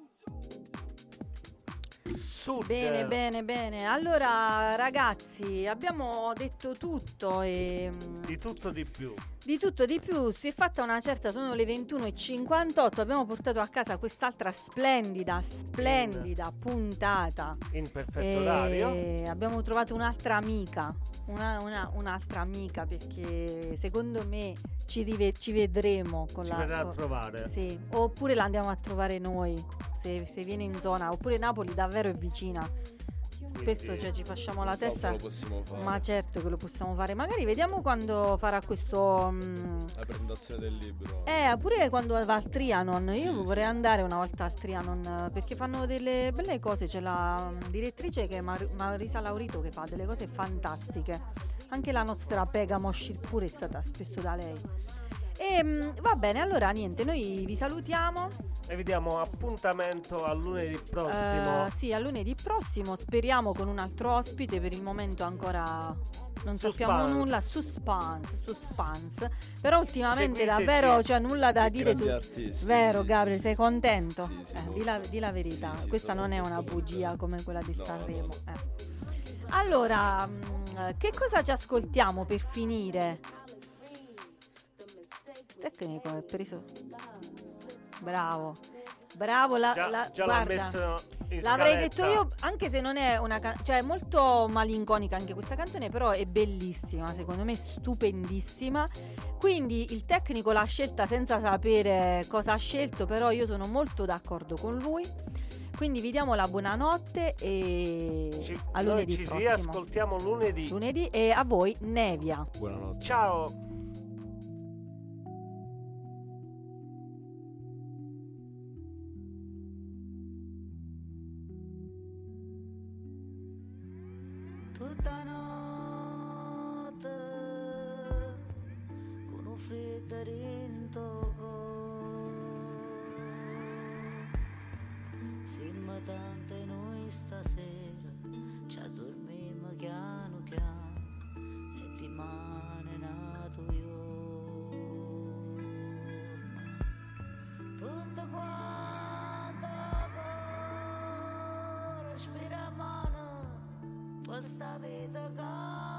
Sud. Bene. Allora, ragazzi, abbiamo detto tutto e Di tutto di più. di tutto di più. Si è fatta una certa, sono le 21:58. Abbiamo portato a casa quest'altra splendida puntata. In perfetto orario. Abbiamo trovato un'altra amica. Un'altra amica, perché secondo me ci vedremo con Ci la. verrà a trovare. Sì, oppure la andiamo a trovare noi se viene in zona, oppure Napoli davvero è vicina. Spesso ci facciamo la testa, Lo possiamo fare. ma certo che lo possiamo fare. Magari vediamo quando farà questo. La presentazione del libro. Pure quando va al Trianon. Io Sì, vorrei sì. andare una volta al Trianon, perché fanno delle belle cose. C'è la direttrice che è Marisa Laurito, che fa delle cose fantastiche. Anche la nostra Pega Moschil pure è stata spesso da lei. E va bene, allora niente, noi vi salutiamo. E vi diamo appuntamento a lunedì prossimo. Sì, a lunedì prossimo, speriamo con un altro ospite. Per il momento ancora non sappiamo nulla. Suspense. Però ultimamente Seguiteci. davvero c'è nulla da dire grandi su. artisti, Vero, sì, Gabriele, sì. sei contento? Sì, sì, Di la verità. Sì, sì, Questa sono non è molto una bugia contento. come quella di No, Sanremo. no. Allora, che cosa ci ascoltiamo per finire? Tecnico è preso. Bravo, Già l'ha guarda, messo in l'avrei scaletta. detto io, anche se non è una cioè è molto malinconica anche questa canzone, però è bellissima, secondo me stupendissima. Quindi il tecnico l'ha scelta senza sapere cosa ha scelto, però io sono molto d'accordo con lui. Quindi vi diamo la buonanotte e a lunedì Noi ci prossimo. riascoltiamo lunedì. E a voi Nevia. Buonanotte. Ciao. Tutta notte con un freddo rintoco, siamo tante noi stasera, ci addormiamo piano piano e ti mane nato giorno. Tutta quanta cor respira mano questa vita che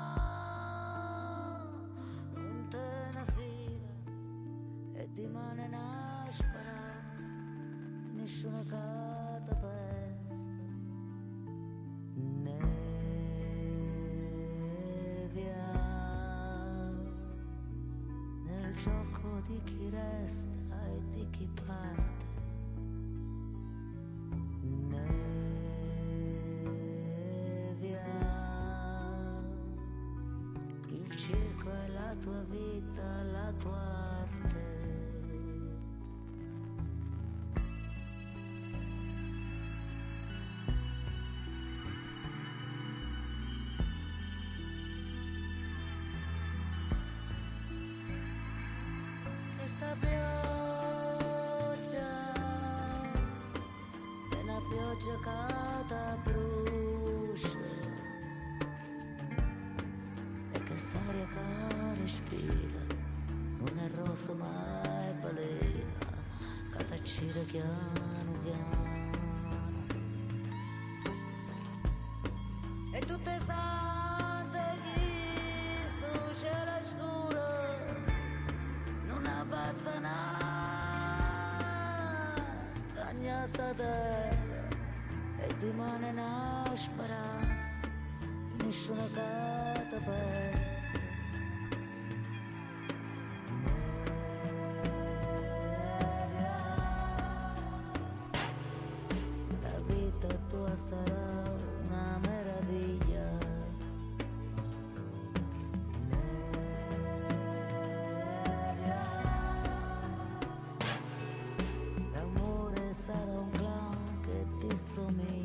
non te ne fila e di mano una speranza e nessuno che te pensa. Nevia nel gioco di chi resta e di chi parte. Il circo è la tua vita, la tua arte. Questa pioggia è una pioggia che ti brucia. E che st'aria che respira non è rosa mai uscire piano piano. E tutte sante che sto cielo scuro non abbasta cagna sta terra e rimane una speranza che nessuno cata pensa. La vita tua sarà una meraviglia. L'amore sarà un clown che ti somiglia.